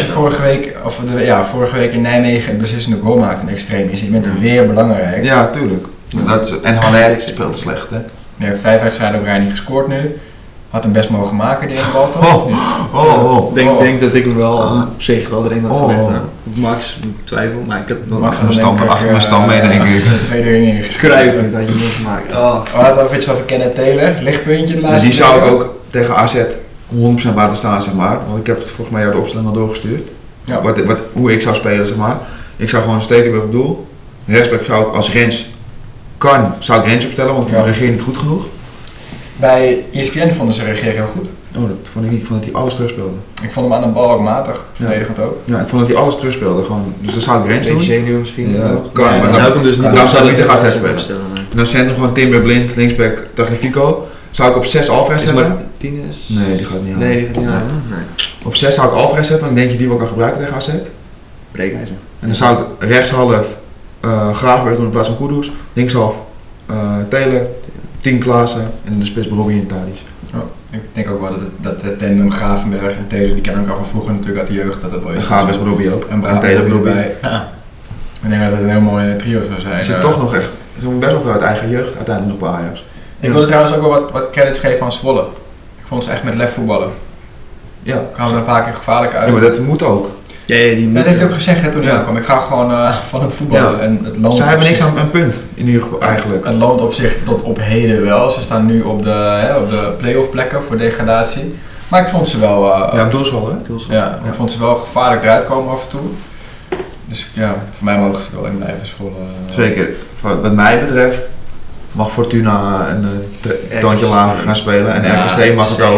vorige week in Nijmegen een beslissende goal maakt en extreem is, je bent weer belangrijk. Ja, tuurlijk. En Haller speelt slecht, hè? Hij heeft 5 wedstrijden op rij niet gescoord nu. Had hem best mogen maken, die ene bal toch? Ik denk dat ik hem wel op zich wel erin had gelegd. Oh. Max, twijfel, maar ik heb nog Max Achter mijn stam mee, denk ik. De tweede ring ingeschreven. kruipend dat je hem gemaakt. Oh. We hadden ook iets over Kenneth Taylor, lichtpuntje de laatste Die zou ik weken. ook tegen AZ 100% laten staan, zeg maar. Want ik heb het volgens mij jou de opstelling al doorgestuurd. Ja. Hoe ik zou spelen, zeg maar. Ik zou gewoon Stekelenburg op doel. Rechtsback zou ik als Rens kan, zou ik Rens opstellen, want ik reageer niet goed genoeg. Bij ESPN vonden ze reageren heel goed. Oh, dat vond ik niet. Ik vond dat hij alles terugspeelde. Ik vond hem aan de bal ook matig, verdedigend ook. Ja, ik vond dat hij alles terugspeelde. Gewoon. Dus dan zou ik Rens doen. Beetje zenuw misschien Ja, nog. kan, maar dan dan zou ik hem dus niet... dan zou ik niet tegen AZ spelen. En dan centrum gewoon Timber Blind, linksback Tagliafico. Zou ik op 6 Alvarez Is maar zetten? Tines? Nee, die gaat niet aan. Nee, die gaat niet aan. Nee. Op 6 zou ik Alvarez zetten, want ik denk je die wel kan gebruiken tegen AZ. En Breekijzer. dan zou ik rechtshalf Gravenberg doen in plaats van Kudus. Linkshalf Taylor, 10 Klaassen en de spits Robbie en Tadic. Ik denk ook wel dat het tandem Gravenberg en Taylor, die kennen elkaar van vroeger natuurlijk uit de jeugd, dat wel En is. Gravenberg Robbie ook. En En Taylor Robbie. Ja. Ik denk dat het een heel mooi trio zou zijn. Er zit toch nog echt, er zit best wel veel uit eigen jeugd uiteindelijk nog bij Ajax. Ik wilde trouwens ook wel wat credits geven aan Zwolle. Ik vond ze echt met lef voetballen. Ja. Kwamen er een paar keer gevaarlijk uit. Ja, maar dat moet ook. Ja, die Dat heeft hij ook gezegd hè, toen hij Ja. aankwam. Ik ga gewoon van het voetballen. Ja. En het loont Ze op hebben niks zich- aan een punt, in ieder geval eigenlijk. Het loont op zich tot op heden wel. Ze staan nu op de play-off plekken voor degradatie. Maar ik vond ze wel... Ja, op doelschool hè? ik vond ze wel gevaarlijk eruit komen af en toe. Dus ja, voor mij mogen ze er wel in blijven Zwolle. Zeker. Wat mij betreft mag Fortuna een toontje lager gaan spelen en Ja, RKC mag het zeker. ook.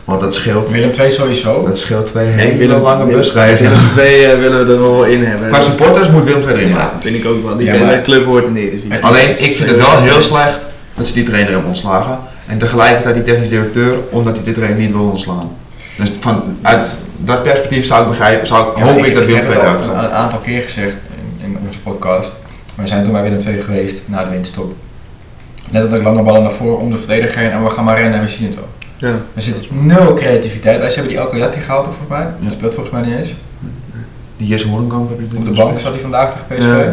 Want dat scheelt. Willem II sowieso. Dat scheelt 2 hele lange busreizen. Willem II willen we er nog wel in hebben. Qua supporters moet Willem II erin Ja, blijven. vind ik ook wel. Maar De club hoort in de Eredivisie. Alleen, ik vind het wel heel slecht dat ze die trainer hebben ontslagen. En tegelijkertijd die technisch directeur, omdat hij de trainer niet wil ontslaan. Dus uit dat perspectief zou ik begrijpen, hoop ik dat Willem II eruit Ik heb komt. het al een aantal keer gezegd in onze podcast. Wij zijn toen bij Willem II geweest na de winterstop. Letterlijk lange ballen naar voren om de verdediger heen en we gaan maar rennen en we zien het wel. Ja. Er zit nul creativiteit bij. Ze hebben die Alcoyati gehaald volgens mij. Die speelt volgens mij niet eens. Die Jesse Horenkamp heb je Op de bank zat hij vandaag tegen PSV.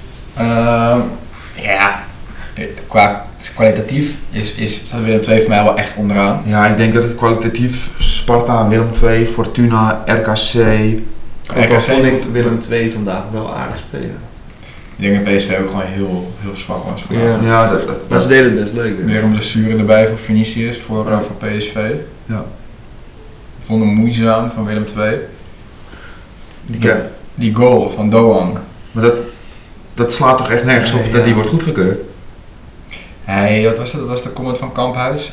Qua kwalitatief staat Willem II voor mij wel echt onderaan. Ja, ik denk dat het kwalitatief Sparta, Willem II, Fortuna, RKC. RKC vond ik Willem II vandaag wel aardig spelen. Ik denk dat PSV ook gewoon heel zwak was vandaag. Ja. Ja, Maar ze deden het best leuk. Weer een blessure erbij voor Vinicius, voor PSV. Ja. Ik vond hem moeizaam van Willem II. Ja. Die goal van Doan. Maar dat slaat toch echt nergens op dat die wordt goedgekeurd? Wat was dat? Dat was de comment van Kamphuis.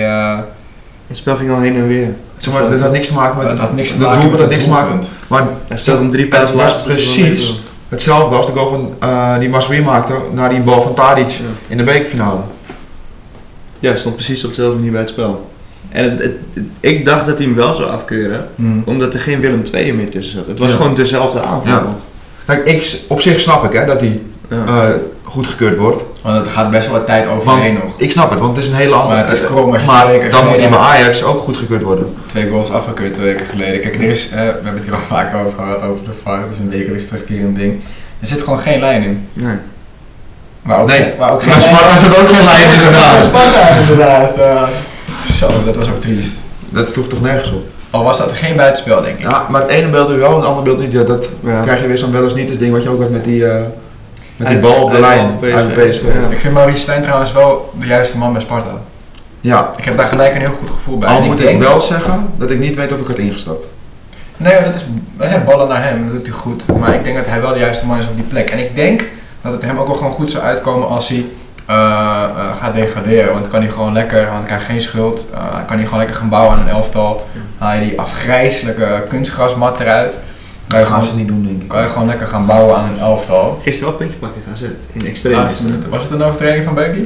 Het spel ging al heen en weer. Zeg maar, dat had niks te maken met Dat had niks te dat maken doelpunt met had het niks te maken. doelpunt. Maar Hij stelt hem 3 het plaatsen was later. precies hetzelfde als de goal van die Masri maakte naar die bal van Tadic in de bekerfinale. Ja, hij stond precies op hetzelfde manier bij het spel. En ik dacht dat hij hem wel zou afkeuren, omdat er geen Willem II meer tussen zat. Het was gewoon dezelfde aanval. Ja. Kijk, op zich snap ik dat hij goedgekeurd wordt. Want het gaat best wel wat tijd overheen Want nog. ik snap het, want het is een hele andere. Maar het is krom als je maar 2 weken dan moet hij geleden bij Ajax ook goedgekeurd worden. 2 goals afgekeurd 2 weken geleden. Kijk, we hebben het hier al vaak over gehad, over de VAR. Het is een wekelijks terugkerend ding. Er zit gewoon geen lijn in. Nee. Maar ook Nee, maar ook geen maar Sparta zit ook geen lijn in inderdaad. Sparta inderdaad. Zo, dat was ook triest. Dat sloeg toch nergens op. Al was dat geen buitenspel, denk ik. Ja, maar het ene beeld wel en het andere beeld niet. Ja, dat krijg je weer zo'n wel eens niet. Het ding wat je ook had met die bal op de lijn uit de PSV. Ja. Ik vind Maurice Stijn trouwens wel de juiste man bij Sparta. Ja, Ik heb daar gelijk een heel goed gevoel bij. al En moet denk, ik wel zeggen dat ik niet weet of ik had ingestapt. Nee, dat is ballen naar hem, dat doet hij goed. Maar ik denk dat hij wel de juiste man is op die plek. En ik denk dat het hem ook wel gewoon goed zou uitkomen als hij gaat degraderen. Want dan kan hij gewoon lekker, want hij krijgt geen schuld. Kan hij gewoon lekker gaan bouwen aan een elftal. Haal je die afgrijselijke kunstgrasmat eruit. Dat gaan ze niet doen, denk ik. Kan je gewoon lekker gaan bouwen aan een elftal. Gisteren wel een puntje pakken gaan zetten. In extreem. Was het een overtreding van Becky?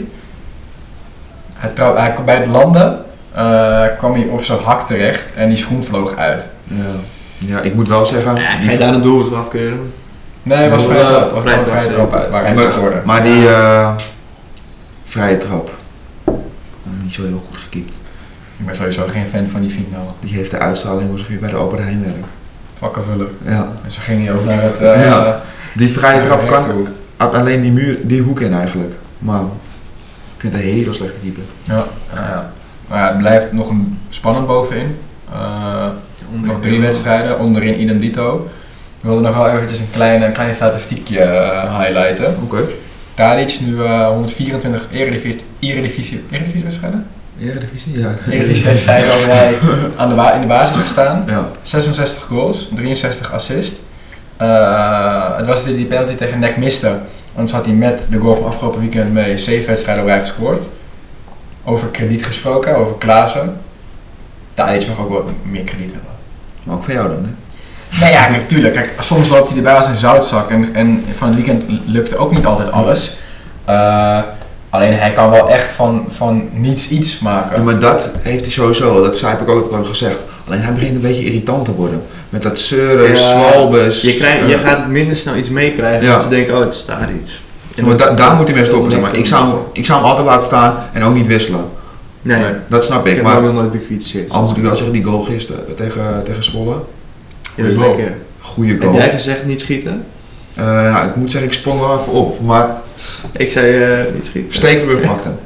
Hij bij het landen kwam hij op zijn hak terecht en die schoen vloog uit. Ja, ik moet wel zeggen. Ga je daar een doelpunt van afkeuren? Nee, het was vrije trap uit, waar hij is maar, geworden. maar die vrije trap, niet zo heel goed gekiept. Ik ben sowieso geen fan van die Fino. Die heeft de uitstraling alsof je bij de Albert Heijn werkt. Vakkenvuller. Ja. En zo ging hij ook naar het... Die vrije naar trap de kan rechterhoek. alleen die hoek in eigenlijk. Maar ik vind het een hele slechte keeper. Ja. Maar ja, het blijft nog een spannend bovenin. Nog 3 wedstrijden, onderin idem dito. Ik wilde nog wel eventjes een klein statistiekje highlighten. Oké. Tadic nu 124 Eredivisie-wedstrijden? Eredivisie, ja. Eredivisie-wedstrijden waar hij in de basis gestaan. Ja. 66 goals, 63 assists. Het was die penalty tegen NEC miste. Anders had hij met de goal van afgelopen weekend mee 7 wedstrijden op rij gescoord. Over krediet gesproken, over Klaassen. Tadic mag ook wel meer krediet hebben. Maar ook van jou dan, hè? Nee, ja, natuurlijk. Kijk, soms loopt hij erbij als een zoutzak en van het weekend lukte ook niet altijd alles. Alleen hij kan wel echt van niets iets maken. Ja, maar dat heeft hij sowieso, dat heb ik ook al gezegd. Alleen hij begint een beetje irritant te worden. Met dat zeuren, zwalbes. Je gaat minder snel iets meekrijgen, Ja. want ze denken, oh het staat iets. Ja, maar daar moet hij mee stoppen, zeg maar. Ik zou hem altijd laten staan en ook niet wisselen. Nee, Dat snap ik ik, heb maar hem nog nooit bekritiseerd. al moet ik wel zeggen, die goal gisteren tegen Zwolle. Ja, dat is goal. lekker. Goeie Heb goal. jij gezegd niet schieten? Nou, ik moet zeggen, ik sprong wel even op, maar Ik zei niet schieten. Stekelenburg pakt hem.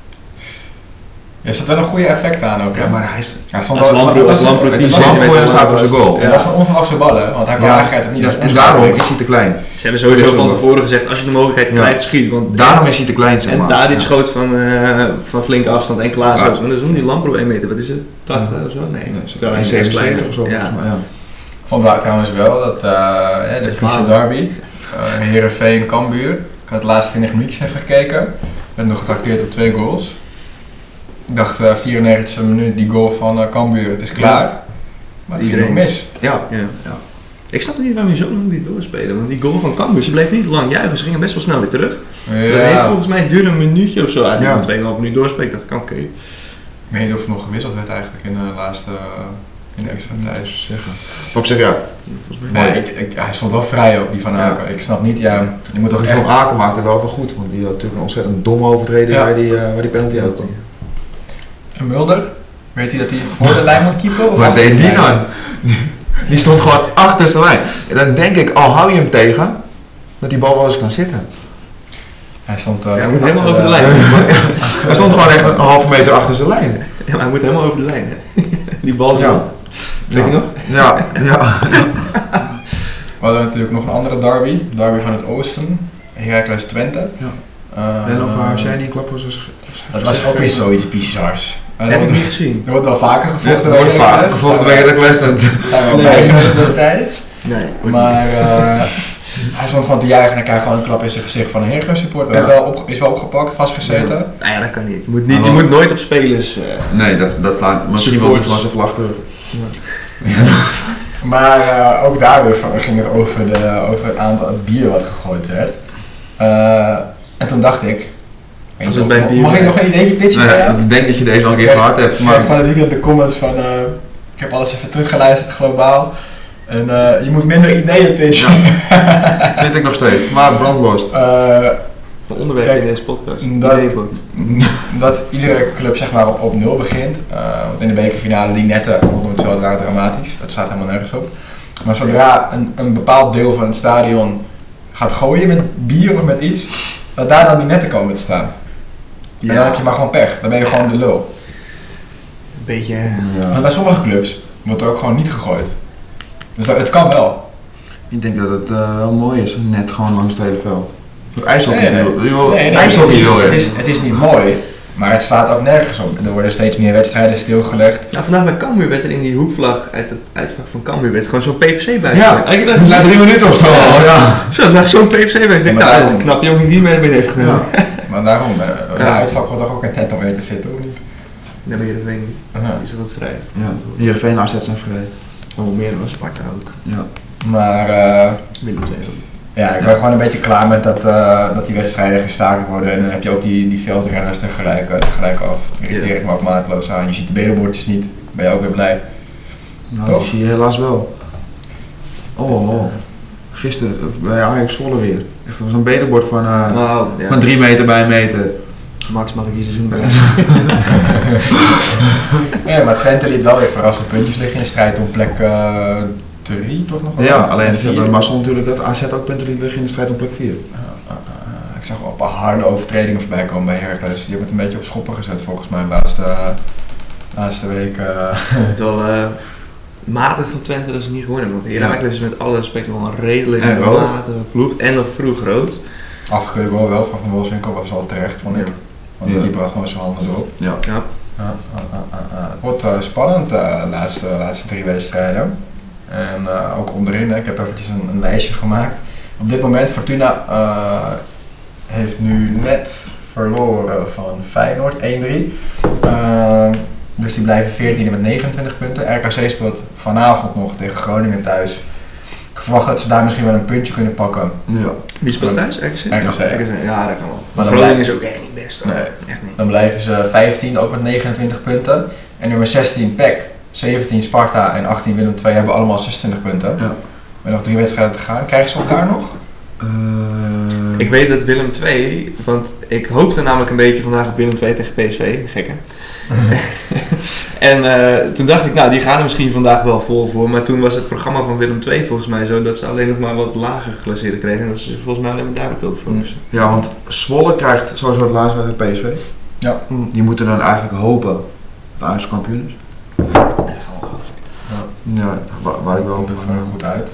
Er zat wel een goede effect aan ook. Ja, hè? maar hij is... Ja, stond Als wel- Lamproe- dat als was- Lamproe het die was- Lamproe en dan staat voor zijn goal. Ja, dat is een onverwachte bal, hè? Want hij kwam eigenlijk het niet als en onschuldig. daarom is hij te klein. Ze hebben sowieso van tevoren gezegd, als je de mogelijkheid Ja. krijgt, schiet. Want Daarom is hij te klein, zeg en maar. daar die Ja. schoot van flinke afstand en Klaas Ja. ook. Maar dat is om die Lamproe 1 meter, wat is het? 80 of zo? Nee. Ja, Wel 77 of zo, Ja. volgens mij. Ja. Ik vond wel trouwens wel dat de Friese derby, Heerenveen Cambuur, ik had de laatste 20 minuutjes even gekeken, werd nog getrakteerd op 2 goals. Ik dacht 94e minuut, die goal van Cambuur, het is klaar. Maar het ging nog mis. Ja. Ik snap niet waarom je zo lang niet doorspelen, want die goal van Cambuur, ze bleef niet lang juichen, ze gingen best wel snel weer terug. Ja. Dat heeft volgens mij duurde een minuutje of zo uit, 2,5 minuut doorspelen. Ik dacht, oké. Ik weet niet of er nog gewisseld werd eigenlijk in de laatste, in de extra tijd. Zeggen. Maar op zich ja. Volgens mij. Nee, hij stond wel vrij ook, die van Aken. Ik snap niet, je moet toch Die echt... van Aken maakte het wel goed, want die had natuurlijk een ontzettend domme overtreding waar die penalty uit kwam. En Mulder, weet hij dat hij voor de lijn moet keeper? Wat deed die nou? Die stond gewoon achterste lijn. En dan denk ik, al hou je hem tegen, dat die bal wel eens kan zitten. Hij stond hij moet helemaal over de lijn. Hij stond gewoon echt een halve meter achter zijn lijn. Ja, maar hij moet helemaal over de lijn. Hè. Die bal. Ja. Weet je nog? Ja. We hadden natuurlijk nog een andere derby. Derby van het Oosten. Heracles Twente. Ja. En of Shiny een klap was Dat was ook weer zoiets bizars. Dat heb ik niet gezien. Er wordt wel vaker gevochten. Er wordt vaak gevochten bij Heracles. Zijn we wel bij geweest destijds. Nee. Maar hij stond gewoon te juichen en hij krijgt gewoon een klap in zijn gezicht van een Heracles supporter. Ja. Is wel opgepakt, vastgezeten. Nou ja, dat kan niet. Je moet nooit op spelers... Nee, dat slaat misschien wel van zijn vlag terug. Maar ook daardoor ging het over het aantal bier wat gegooid werd. En toen dacht ik... Mag ik nog een ideetje pitchen? Ik denk dat je deze al een keer gehad hebt. Maar van het weekend de comments van... ik heb alles even teruggeluisterd globaal. En je moet minder ideeën pitchen. Ja. Vind ik nog steeds. Maar Broncos. Een onderwerp in deze podcast. Dat iedere club zeg maar op 0 begint. Want in de bekerfinale die netten wordt het zo dramatisch. Dat staat helemaal nergens op. Maar zodra een bepaald deel van het stadion gaat gooien met bier of met iets, dat daar dan die netten komen te staan. Ja. En dan heb je maar gewoon pech. Dan ben je gewoon de lul. Een beetje... Ja. Maar bij sommige clubs wordt er ook gewoon niet gegooid. Dus het kan wel. Ik denk dat het wel mooi is. Net gewoon langs het hele veld. IJshockey het is niet mooi, maar het slaat ook nergens op. Er worden steeds meer wedstrijden stilgelegd. Nou, vandaag bij Cambuur werd er in die hoekvlag uit het uitvak van Cambuur werd gewoon zo'n PVC bij. Ja, na 3 minuten of zo. Ja. Zo, er lag zo'n PVC bij. Ik denk, nou, dat is een knap jongen die mee heeft genomen. Ja. Maar daarom, de uitvak wordt toch ook net om mee te zitten, of niet? Ja, bij Heerenveen niet. Is dat vrij? Ja, Heerenveen AZ zijn vrij. Nog meer dan Sparta ook. Ja. Maar Willem II ook. Ja, ik ben gewoon een beetje klaar met dat die wedstrijden gestaakt worden. En dan heb je ook die veldrenners tegelijk af. Irriteer ik me ook maatloos aan. Je ziet de bedelbordjes niet. Ben je ook weer blij? Nou, die zie je helaas wel. Oh. Gisteren bij Ajax Zwolle weer. Echt, er was een bedelbord van 3 meter bij 1 meter. Max mag ik hier seizoen bij. Ja, maar Twente liet wel weer verrassend puntjes liggen in strijd om plek 3 toch nog wel? Ja, alleen bij Marcel natuurlijk dat AZ ook punten liet liggen in de strijd om plek 4. Ik zag wel een paar harde overtredingen voorbij komen bij Heracles. Die hebben het een beetje op schoppen gezet volgens mij de laatste week. Het is wel matig van Twente dat ze niet gewonnen hebben. Want Heracles is met alle respect wel een redelijk matige ploeg en nog vroeg rood. Afgekeurde goal wel van Wolfswinkel was wel terecht, vond ik. Want die keeper had gewoon zijn handen erop. Ja. Het wordt spannend de laatste 3 wedstrijden. En ook onderin, ik heb eventjes een lijstje gemaakt. Op dit moment, Fortuna heeft nu net verloren van Feyenoord, 1-3. Dus die blijven 14e met 29 punten. RKC speelt vanavond nog tegen Groningen thuis. Ik verwacht dat ze daar misschien wel een puntje kunnen pakken. Ja. Wie speelt thuis? RKC? RKC. Ja, dat kan wel. Maar Groningen is ook echt niet best. Nee. Echt niet. Dan blijven ze 15 ook met 29 punten. En nummer 16 PEC, 17 Sparta en 18 Willem II hebben allemaal 26 punten. Ja. Met nog 3 wedstrijden te gaan. Krijgen ze elkaar nog? Ik weet dat Willem II, want ik hoopte namelijk een beetje vandaag op Willem II tegen PSV, gekke. En toen dacht ik, nou die gaan er misschien vandaag wel vol voor, maar toen was het programma van Willem II volgens mij zo dat ze alleen nog maar wat lager geclasseerd kregen en dat ze volgens mij alleen maar daarop wilden focussen. Ja, want Zwolle krijgt sowieso het laatste uit PSV. Ja. Die moeten dan eigenlijk hopen dat Ajax kampioen is. Ja, waar ik wel Komt er goed uit.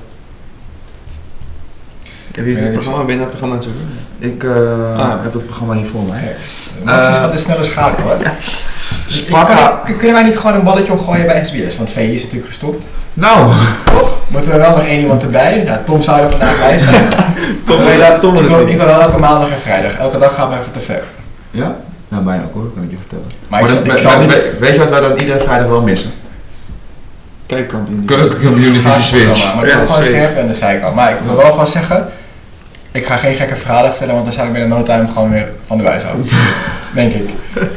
En wie is het programma? Ben je dat programma zo? Ik heb het programma hier voor mij. Max is wat de snelle schakel, hè? Sparta. Kunnen wij niet gewoon een balletje opgooien bij SBS? Want VI is natuurlijk gestopt. Nou! Toch? Moeten we wel nog 1 iemand erbij? Ja, Tom zou er vandaag bij zijn. Tom ik wil wel elke maandag en vrijdag. Elke dag gaan we even te ver. Ja? Ja, mij ook hoor, kan ik je vertellen. Maar weet je wat wij dan iedere vrijdag wel missen? Keukenkampioen. Keukenkampioen-divisie switch. Maar ik wil gewoon scherp en de zijkant. Maar ik wil wel vast zeggen, ik ga geen gekke verhalen vertellen, want dan zou ik binnen no time gewoon weer van de wijs houden. Denk ik.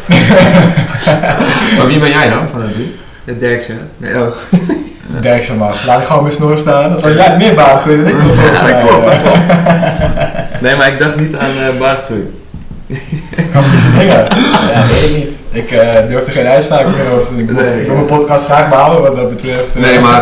Maar wie ben jij dan van de drie? De Derkse, hè? Nee, oh. Derkse mag. Laat ik gewoon mijn snor staan. Dat was jij meer baardgroei dan ik. Ja, dat klopt. Nee, maar ik dacht niet aan baardgroei. Kan ik dingen? Ja, weet ik niet. Ik durf er geen uitspraak meer over. Ik wil mijn podcast graag behouden wat dat betreft. Nee, maar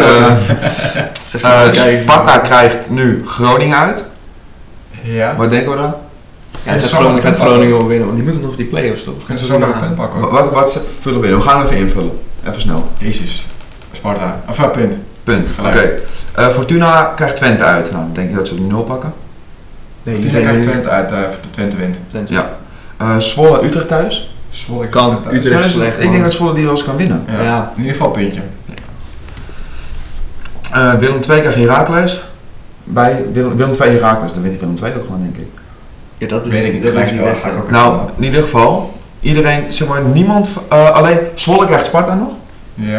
Sparta krijgt nu Groningen uit. Ja. Wat denken we dan? Ja, gaat Groningen wel winnen, want die moeten nog voor die play-offs toch? Gaan ze zo naar de punt pakken? Wat vullen we in? We gaan even invullen. Even snel. Jezus. Sparta. Of punt. Punt. Oké. Fortuna krijgt Twente uit. Nou, dan denk je dat ze die 0 pakken. Nee, die krijgt Twente uit. Twente wint. Ja. Zwolle Utrecht thuis. Zwolle kan Utrecht slecht. Ik denk dat Zwolle die wel eens kan winnen. Ja. In ieder geval een puntje. Willem II krijgt Heracles. Bij Willem II Heracles, dan wint Willem II ook gewoon, denk ik. Ja, dat is, weet ik niet. Dat is niet best. Nou, in ieder geval, iedereen, zeg maar, niemand, alleen Zwolle krijgt Sparta nog. Ja.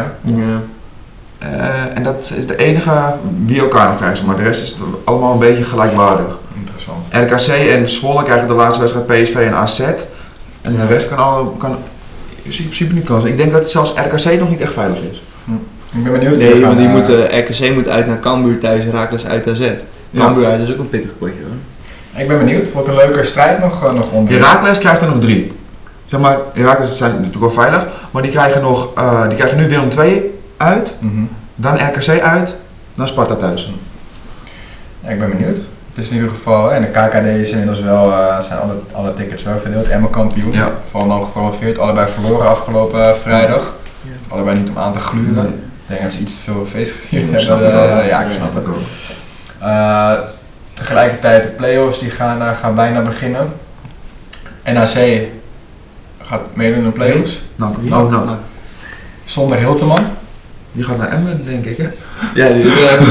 En dat is de enige wie elkaar nog krijgt, maar de rest is allemaal een beetje gelijkwaardig. Interessant. RKC en Zwolle krijgen de laatste wedstrijd PSV en AZ. En de rest kan in principe niet kansen. Ik denk dat zelfs RKC nog niet echt veilig is. Ik ben benieuwd. Nee, want RKC moet uit naar Cambuur thuis, Heracles uit AZ. Cambuur uit is ook een pittig potje hoor. Ik ben benieuwd. Het wordt een leuke strijd nog onder. Heracles krijgt er nog 3. Zeg maar, Heracles zijn natuurlijk wel veilig, maar die krijgen nu Willem II uit, dan RKC uit, dan Sparta thuis. Ja, ik ben benieuwd. Het is in ieder geval, en de KKD is inmiddels wel, zijn alle tickets wel verdeeld. Emma kampioen, Volendam gepromoveerd, allebei verloren afgelopen vrijdag. Ja. Allebei niet om aan te gluren. Nee. Ik denk dat ze iets te veel feest gevierd hebben. Ja, ik snap het ook. Tegelijkertijd de play-offs die gaan bijna beginnen. NAC gaat meedoen in de play-offs. Nou. Zonder Hilterman. Die gaat naar Emmen, denk ik, hè? Ja, die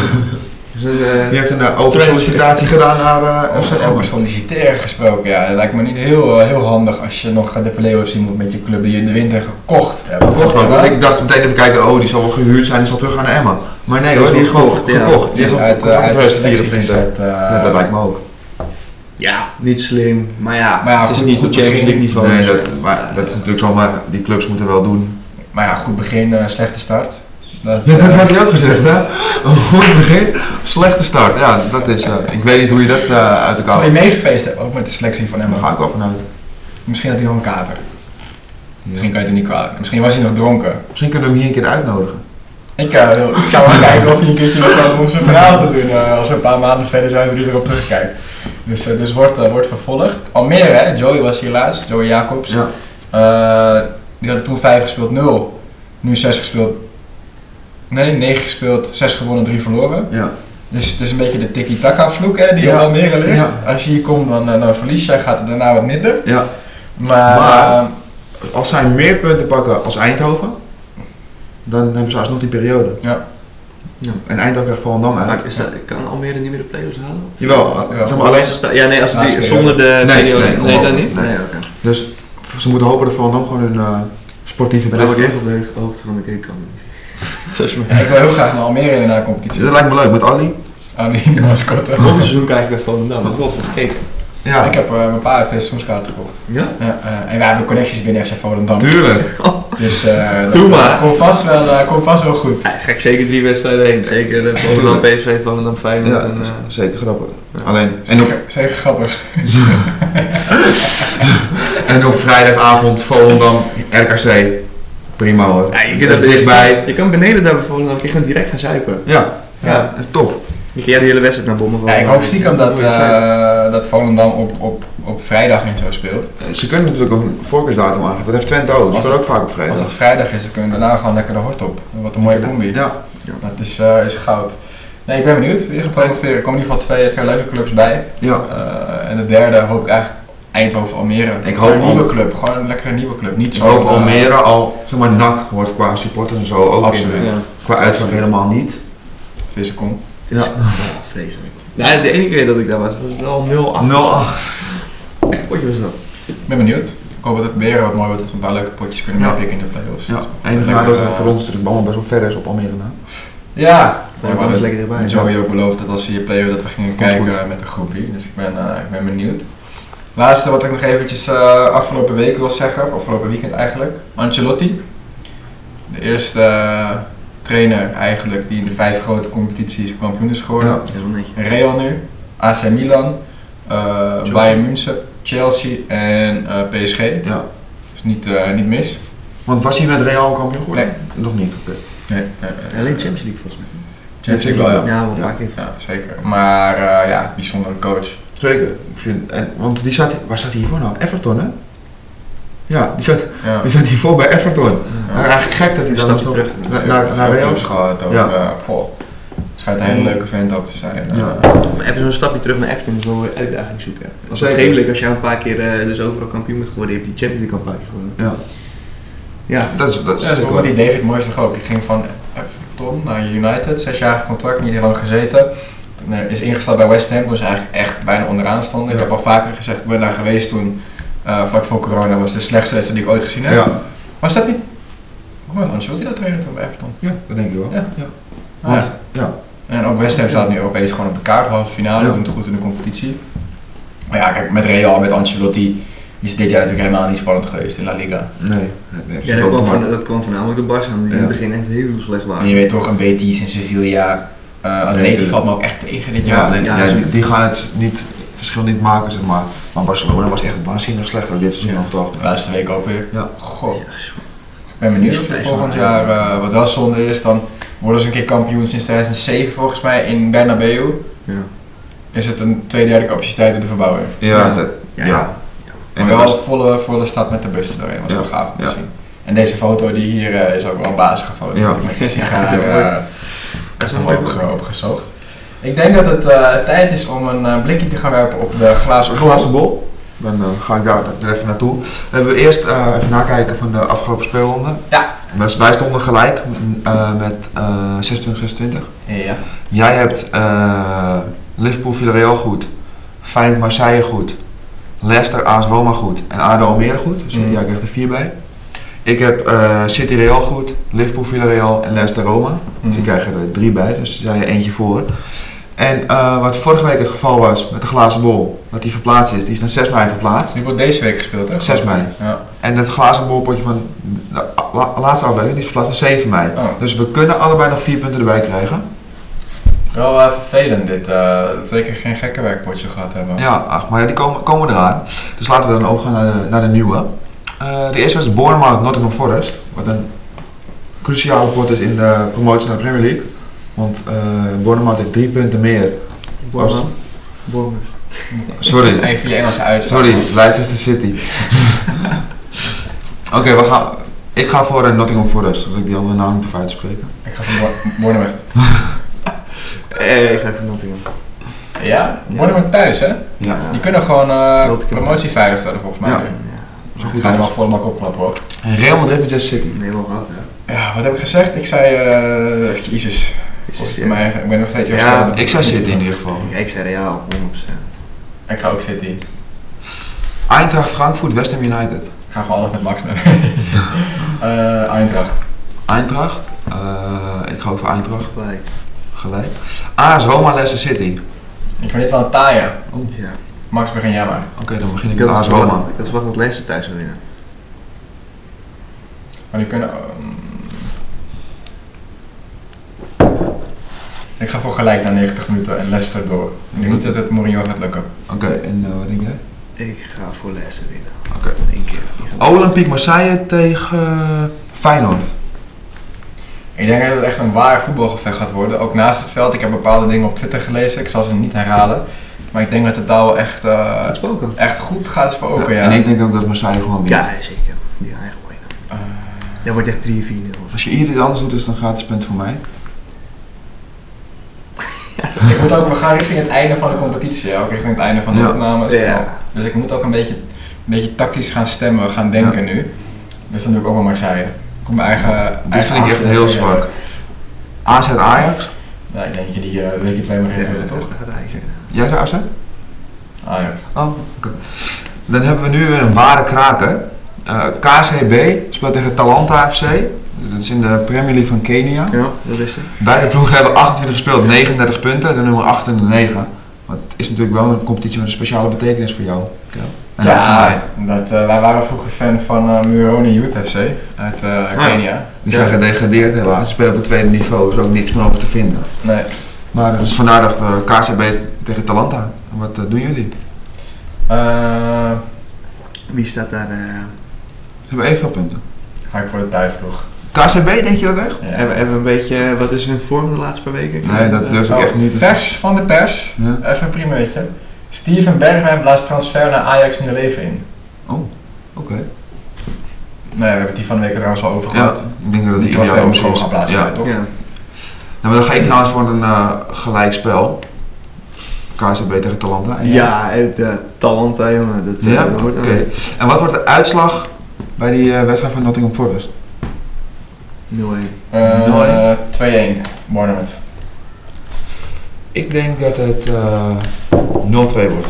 heeft een open sollicitatie gedaan naar Open solliciteren gesproken, ja. Dat lijkt me niet heel handig als je nog de play-offs zien moet met je club die je in de winter gekocht hebt. Ik dacht meteen even kijken, die zal wel gehuurd zijn, die zal terug gaan naar Emmen. Maar nee hoor, die is gewoon gekocht. Die is uit 2024. Dat lijkt me ook. Ja, niet slim, maar ja, het is niet op Champions League niveau. Nee, dat is natuurlijk zo, maar die clubs moeten wel doen. Maar ja, goed begin, slechte start. Dat heb je ook gezegd, hè? Een goed begin, slechte start. Ja, dat is. Ik weet niet hoe je dat uit elkaar. Zal je meegefeest hebben, ook met de selectie van Emmen? Daar ga ik wel vanuit. Misschien had hij wel een kater. Ja. Misschien kan je het er niet kwalijk. Misschien was hij nog dronken. Misschien kunnen we hem hier een keer uitnodigen. Ik zou wel kijken of je een keertje nog kan om zijn verhaal te doen. Als we een paar maanden verder zijn, we erop terugkijken. Dus wordt vervolgd. Almere, hè? Joey was hier laatst, Joey Jacobs. Ja. Die hadden toen 5 gespeeld, 0. Nu 6 gespeeld. Nee, 9 gespeeld, 6 gewonnen, 3 verloren. Ja. Dus het is een beetje de tiki-taka vloek hè, die op Almere ligt. Ja. Als je hier komt, dan verlies je, gaat het daarna wat minder. Ja. Maar als zij meer punten pakken als Eindhoven, dan hebben ze alsnog die periode. Ja. En Eindhoven krijgt Volendam uit. Maar kan Almere niet meer de play-offs halen? Jawel. Zeg maar alleen als ze zonder de periode... Nee, dan niet? Nee, okay. Dus ze moeten hopen dat Volendam gewoon hun sportieve bedrijf heeft. Ik ben ook echt op de hoogte van de K-kant. Ik wil heel graag naar Almere in de na-competitie. Dat lijkt me leuk, met Ali. Ali, de mascotte. Volgend seizoen krijg ik bij Volendam, dat heb ik wel gekeken. Ja. Ik heb mijn pa heeft deze seizoenskaart gekocht. Ja? En we hebben connecties binnen FC Volendam. Tuurlijk. Dus dat komt vast wel goed. Ja, ga ik zeker 3 wedstrijden heen. Zeker Volendam, PSV, Volendam, Feyenoord. Ja, zeker grappig. Ja, alleen, zeker grappig. En op vrijdagavond Volendam, RKC. Prima hoor. Ja, je kunt dichtbij. Je kan beneden daar bijvoorbeeld, je kan direct gaan zuipen. Ja, dat is top. Je kan de hele wedstrijd naar bommen. Ja, ik hoop stiekem dat Volendam op vrijdag en zo speelt. Ze kunnen natuurlijk ook een voorkeursdatum aangeven. Dat heeft Twente ook. Die speelt ook vaak op vrijdag. Als het vrijdag is, dan kunnen we daarna gewoon lekker de hort op. Wat een mooie combi. Ja. Dat is goud. Nee, ik ben benieuwd. Weer gepromoveerd. Er komen in ieder geval twee leuke clubs bij. Ja. En de derde hoop ik eigenlijk Eindhoven, Almere. Ik hoop een nieuwe club. Gewoon een lekkere nieuwe club. Niet zo. Ik hoop Almere al, zeg maar, NAC wordt qua supporters en zo ook. Absoluut. Qua uitvak helemaal niet. Vissenkom. Ja, vreselijk. Ja, de ene keer dat ik daar was, was het wel 0-8. 0-8. Echt potje was dat. Ik ben benieuwd. hoop dat het weer wat mooi wordt, dat we een paar leuke potjes kunnen meepikken in de play-offs. Ja, enige nadeel is dat het voor ons natuurlijk allemaal best wel ver is op Almere na. Ja, Vond ik lekker erbij. Joey ook beloofd dat als we hier play-off dat we gingen kijken met een groepje, dus ik ben benieuwd. Laatste wat ik nog eventjes afgelopen week wil zeggen, of afgelopen weekend eigenlijk, Ancelotti. De eerste trainer eigenlijk die in de 5 grote competities kampioen is geworden. Ja, dat is wel netjes. Real nu, AC Milan, Bayern München, Chelsea en PSG. Ja. Dus niet mis. Want was hij met Real kampioen geworden? Nee. Nog niet, oké. Nee. Alleen Champions League volgens mij. Champions League wel, ja. Ja, wel een paar keer. Ja, zeker. Maar bijzondere coach. Zeker. Ik vind, want waar zat hij hiervoor nou? Everton, hè? Ja, die zat hiervoor bij Everton. Maar eigenlijk gek dat hij dan nog terug naar Real clubs gehad. Ook, het schijnt een hele leuke vent ook te zijn. Maar even zo'n stapje terug naar Everton is wel weer uitdaging zoeken. Als Zeker. op een gegeven moment, als je een paar keer dus overal kampioen bent geworden, heb je die Champions League al een paar keer gewonnen. Ja. Dat is bijvoorbeeld die David Moyes nog ook. Die ging van Everton naar United, 6-jarig contract, niet heel lang gezeten. Toen is ingestapt bij West Ham, toen ze eigenlijk echt bijna onderaan stonden. Ik heb al vaker gezegd, ik ben daar geweest toen, vlak voor corona, was de slechtste wedstrijd die ik ooit gezien heb. Ja. Maar is dat niet? Hoe Ancelotti dat trainen toen bij Everton? Ja, dat denk ik wel. Ja. Want, En ook West Ham staat nu opeens gewoon op de kaart, halve finale, doen het goed in de competitie. Maar ja, kijk, met Real, met Ancelotti is dit jaar natuurlijk helemaal niet spannend geweest in La Liga. Nee. Dat kwam voornamelijk door Barca, die in het begin echt heel slecht waren. En je weet toch, een Betis en Sevilla, Atleti valt me ook echt tegen dit jaar. Die gaan het verschil niet maken, zeg maar. Maar Barcelona was echt waanzinnig slecht ook dit seizoen over het algemeen. De laatste week ook weer. Ja. Goh. Ik ben benieuwd of volgend jaar, wat wel zonde is, dan worden ze een keer kampioen sinds 2007 volgens mij in Bernabeu. Ja. Is het een 2/3 capaciteit in de verbouwing. Ja. En wel volle stad met de bus erin, was wel gaaf om te zien. En deze foto die hier is ook wel een bazige foto. Ja. Met de sigaar opgezocht. Ik denk dat het tijd is om een blikje te gaan werpen op de glazen bol. Dan ga ik daar even naartoe. Hebben we eerst even nakijken van de afgelopen speelronde. Ja. Wij stonden gelijk met 26-26. Ja. Jij hebt Liverpool Villarreal goed, Feyenoord Marseille goed, Leicester AS Roma goed en ADO Almere goed. Dus jij krijgt er 4 bij. Ik heb City Real goed, Liverpool Villarreal en Leicester Roma. Dus die krijgen er 3 bij, dus daar je eentje voor. En wat vorige week het geval was met de glazen bol, dat die verplaatst is, die is naar 6 mei verplaatst. Die wordt deze week gespeeld, hè? 6 mei. Ja. En het glazen bolpotje van de laatste aflevering die is verplaatst naar 7 mei. Oh. Dus we kunnen allebei nog 4 punten erbij krijgen. Wel vervelend dit, dat we geen gekke werkpotje gehad hebben. Ja, maar die komen eraan. Dus laten we dan overgaan naar de nieuwe. De eerste was Bournemouth Nottingham Forest. Wat een cruciale pot is in de promotie naar de Premier League. Want Bournemouth heeft 3 punten meer. Bournemouth. Sorry. Even je Engelse uitspraak. Sorry, Leicester City. Oké, ik ga voor Nottingham Forest, zodat ik die andere naam niet hoef uit te spreken. Ik ga voor Bournemouth. Ik ga voor Nottingham. Ja? Bournemouth thuis, hè? Ja. Die kunnen gewoon promotieveilig stellen volgens mij. Ja. Zo goed. Ik ga er wel volle bak opklappen hoor. En Real Madrid met Manchester City. Nee, wel gehad, ja. Ja, wat heb ik gezegd? Ik zei, Jezus. Ik ben nog steeds Ik zei City in ieder geval. Ik zei Real, 100%. Ik ga ook City. Eintracht Frankfurt, West Ham United. Ik ga gewoon altijd met Max mee. Eintracht. Eintracht. Ik ga ook voor Eintracht. Gelijk. AS Roma Leicester City. Ik vind dit wel een taaie. Ja. Max, begin jij maar. Oké, dan begin ik met AS Roma. Ik had verwacht dat Leicester thuis zou winnen. Maar die kunnen... Ik ga voor gelijk na 90 minuten en Leicester door. Ik denk niet dat het Mourinho gaat lukken. Oké, en wat denk jij? Ik ga voor Leicester winnen. Oké. 1 keer. Olympique Marseille tegen Feyenoord. Ik denk dat het echt een waar voetbalgevecht gaat worden. Ook naast het veld. Ik heb bepaalde dingen op Twitter gelezen. Ik zal ze niet herhalen. Maar ik denk dat het daar wel echt goed gaat spoken. Ja. En ik denk ook dat Marseille gewoon wint. Ja, zeker. Die gaan echt winnen. Dat wordt echt 3-4-0. Als je iets anders doet, is dan gratis punt voor mij. We gaan richting het einde van de competitie. Ja. Ook richting het einde van de opnames. Ja. Dus ik moet ook een beetje tactisch gaan stemmen, gaan denken nu. Dus dan doe ik ook wel Marseille. Dit vind ik echt heel zwak. AZ Ajax? Ja, ik denk dat je die weekje 2 mag even willen, toch? Jij zei AZ? Ajax. Oh, oké. Dan hebben we nu weer een ware kraker. KCB speelt tegen Talanta FC. Dat is in de Premier League van Kenia. Ja, dat wist ik. Beide ploegen hebben 28 gespeeld, 39 punten, de nummer 8 en de 9. Maar het is natuurlijk wel een competitie met een speciale betekenis voor jou. En ook voor mij. Wij waren vroeger fan van Muhoroni Youth FC uit Kenia. Die zijn gedegradeerd helaas, ze spelen op het tweede niveau, er is ook niks meer over te vinden. Nee. Maar dus vandaar dat KCB tegen Talanta. En wat doen jullie? Wie staat daar? Ze hebben evenveel punten. Ga ik voor de thuisploeg. KCB, denk je dat echt? Ja. Hebben we een beetje, wat is hun vorm de laatste paar weken? Nee, dat durf ik echt niet te Vers van de pers, Ja. even een primeurtje. Steven Bergwijn blaast transfer naar Ajax nieuw leven in. Oh, oké. Nee, we hebben het die van de week er trouwens al over Ja, gehad. ik denk dat het Die ideale trofee optie gewoon is. gaan plaatsen, Ja. toch? Ja. Nou, maar dan ga ik trouwens voor een gelijkspel. KCB tegen Talanta. En jij? Ja, Talanta, jongen. Dat, Ja? dat wordt Oké. En wat wordt de uitslag bij die wedstrijd van Nottingham Forest? 0-1. 2-1, Bournemouth. Ik denk dat het 0-2 wordt.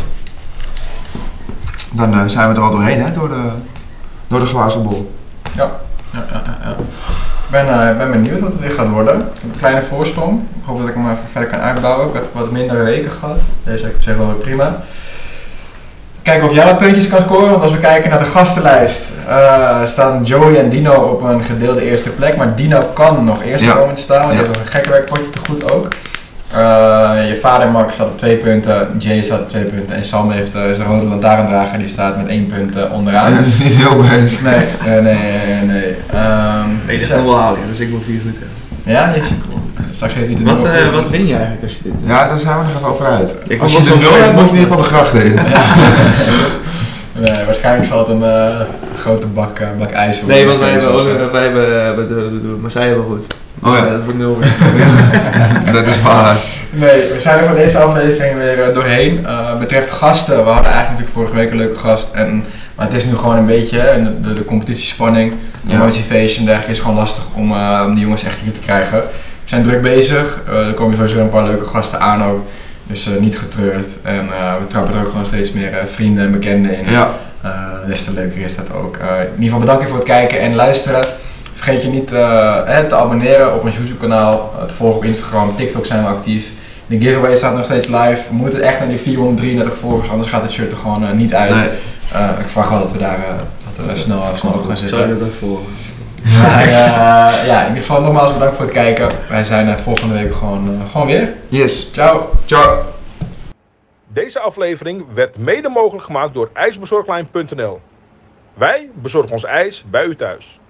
Dan zijn we er al doorheen, hè, door de glazen bol. Ja. Ik ben benieuwd wat het weer gaat worden. Ik heb een kleine voorsprong. Ik hoop dat ik hem even verder kan uitbouwen. Ik heb wat mindere weken gehad. Deze week op zich wel weer prima. Kijken of jij wat puntjes kan scoren, want als we kijken naar de gastenlijst staan Joey en Dino op een gedeelde eerste plek. Maar Dino kan nog eerst komen te staan, want die heeft een gekke werkpotje te goed ook. Je vader Mark staat op 2 punten, Jay staat op 2 punten en Sam heeft zijn rode lantaarndrager, die staat met 1 punt onderaan. Ja, dat is niet heel best. Nee. Ik ga wel halen, dus ik wil 4 goed hebben. Ja, straks heeft hij de nummer Wat win je eigenlijk als je dit... Ja, daar zijn we nog even over uit. Ik Als je was de wel 0 hebt, zo- moet je in ieder geval de gracht in. Nee, waarschijnlijk zal het een grote bak ijs worden. Nee, want wij hebben maar zij hebben goed. Oh ja. Dat wordt 0. Dat is waar. Nee, we zijn er van deze aflevering weer doorheen. Betreft gasten, we hadden eigenlijk natuurlijk vorige week een leuke gast. Maar het is nu gewoon een beetje, de competitiespanning, de motivation en dergelijke is gewoon lastig om die jongens echt hier te krijgen. We zijn druk bezig, er komen sowieso een paar leuke gasten aan ook. Dus niet getreurd. En we trappen er ook gewoon steeds meer vrienden en bekenden in. Ja. Des te leuker is dat ook. In ieder geval bedankt je voor het kijken en luisteren. Vergeet je niet te abonneren op ons YouTube kanaal, te volgen op Instagram, TikTok zijn we actief. De giveaway staat nog steeds live. We moeten echt naar die 433 volgers, anders gaat het shirt er gewoon niet uit. Nee. Ik verwacht wel dat we daar snel op gaan zitten. Zou je dat ook volgen? Ja, in ieder geval nogmaals bedankt voor het kijken. Wij zijn volgende week gewoon weer. Yes. Ciao. Ciao. Deze aflevering werd mede mogelijk gemaakt door ijsbezorglijn.nl. Wij bezorgen ons ijs bij u thuis.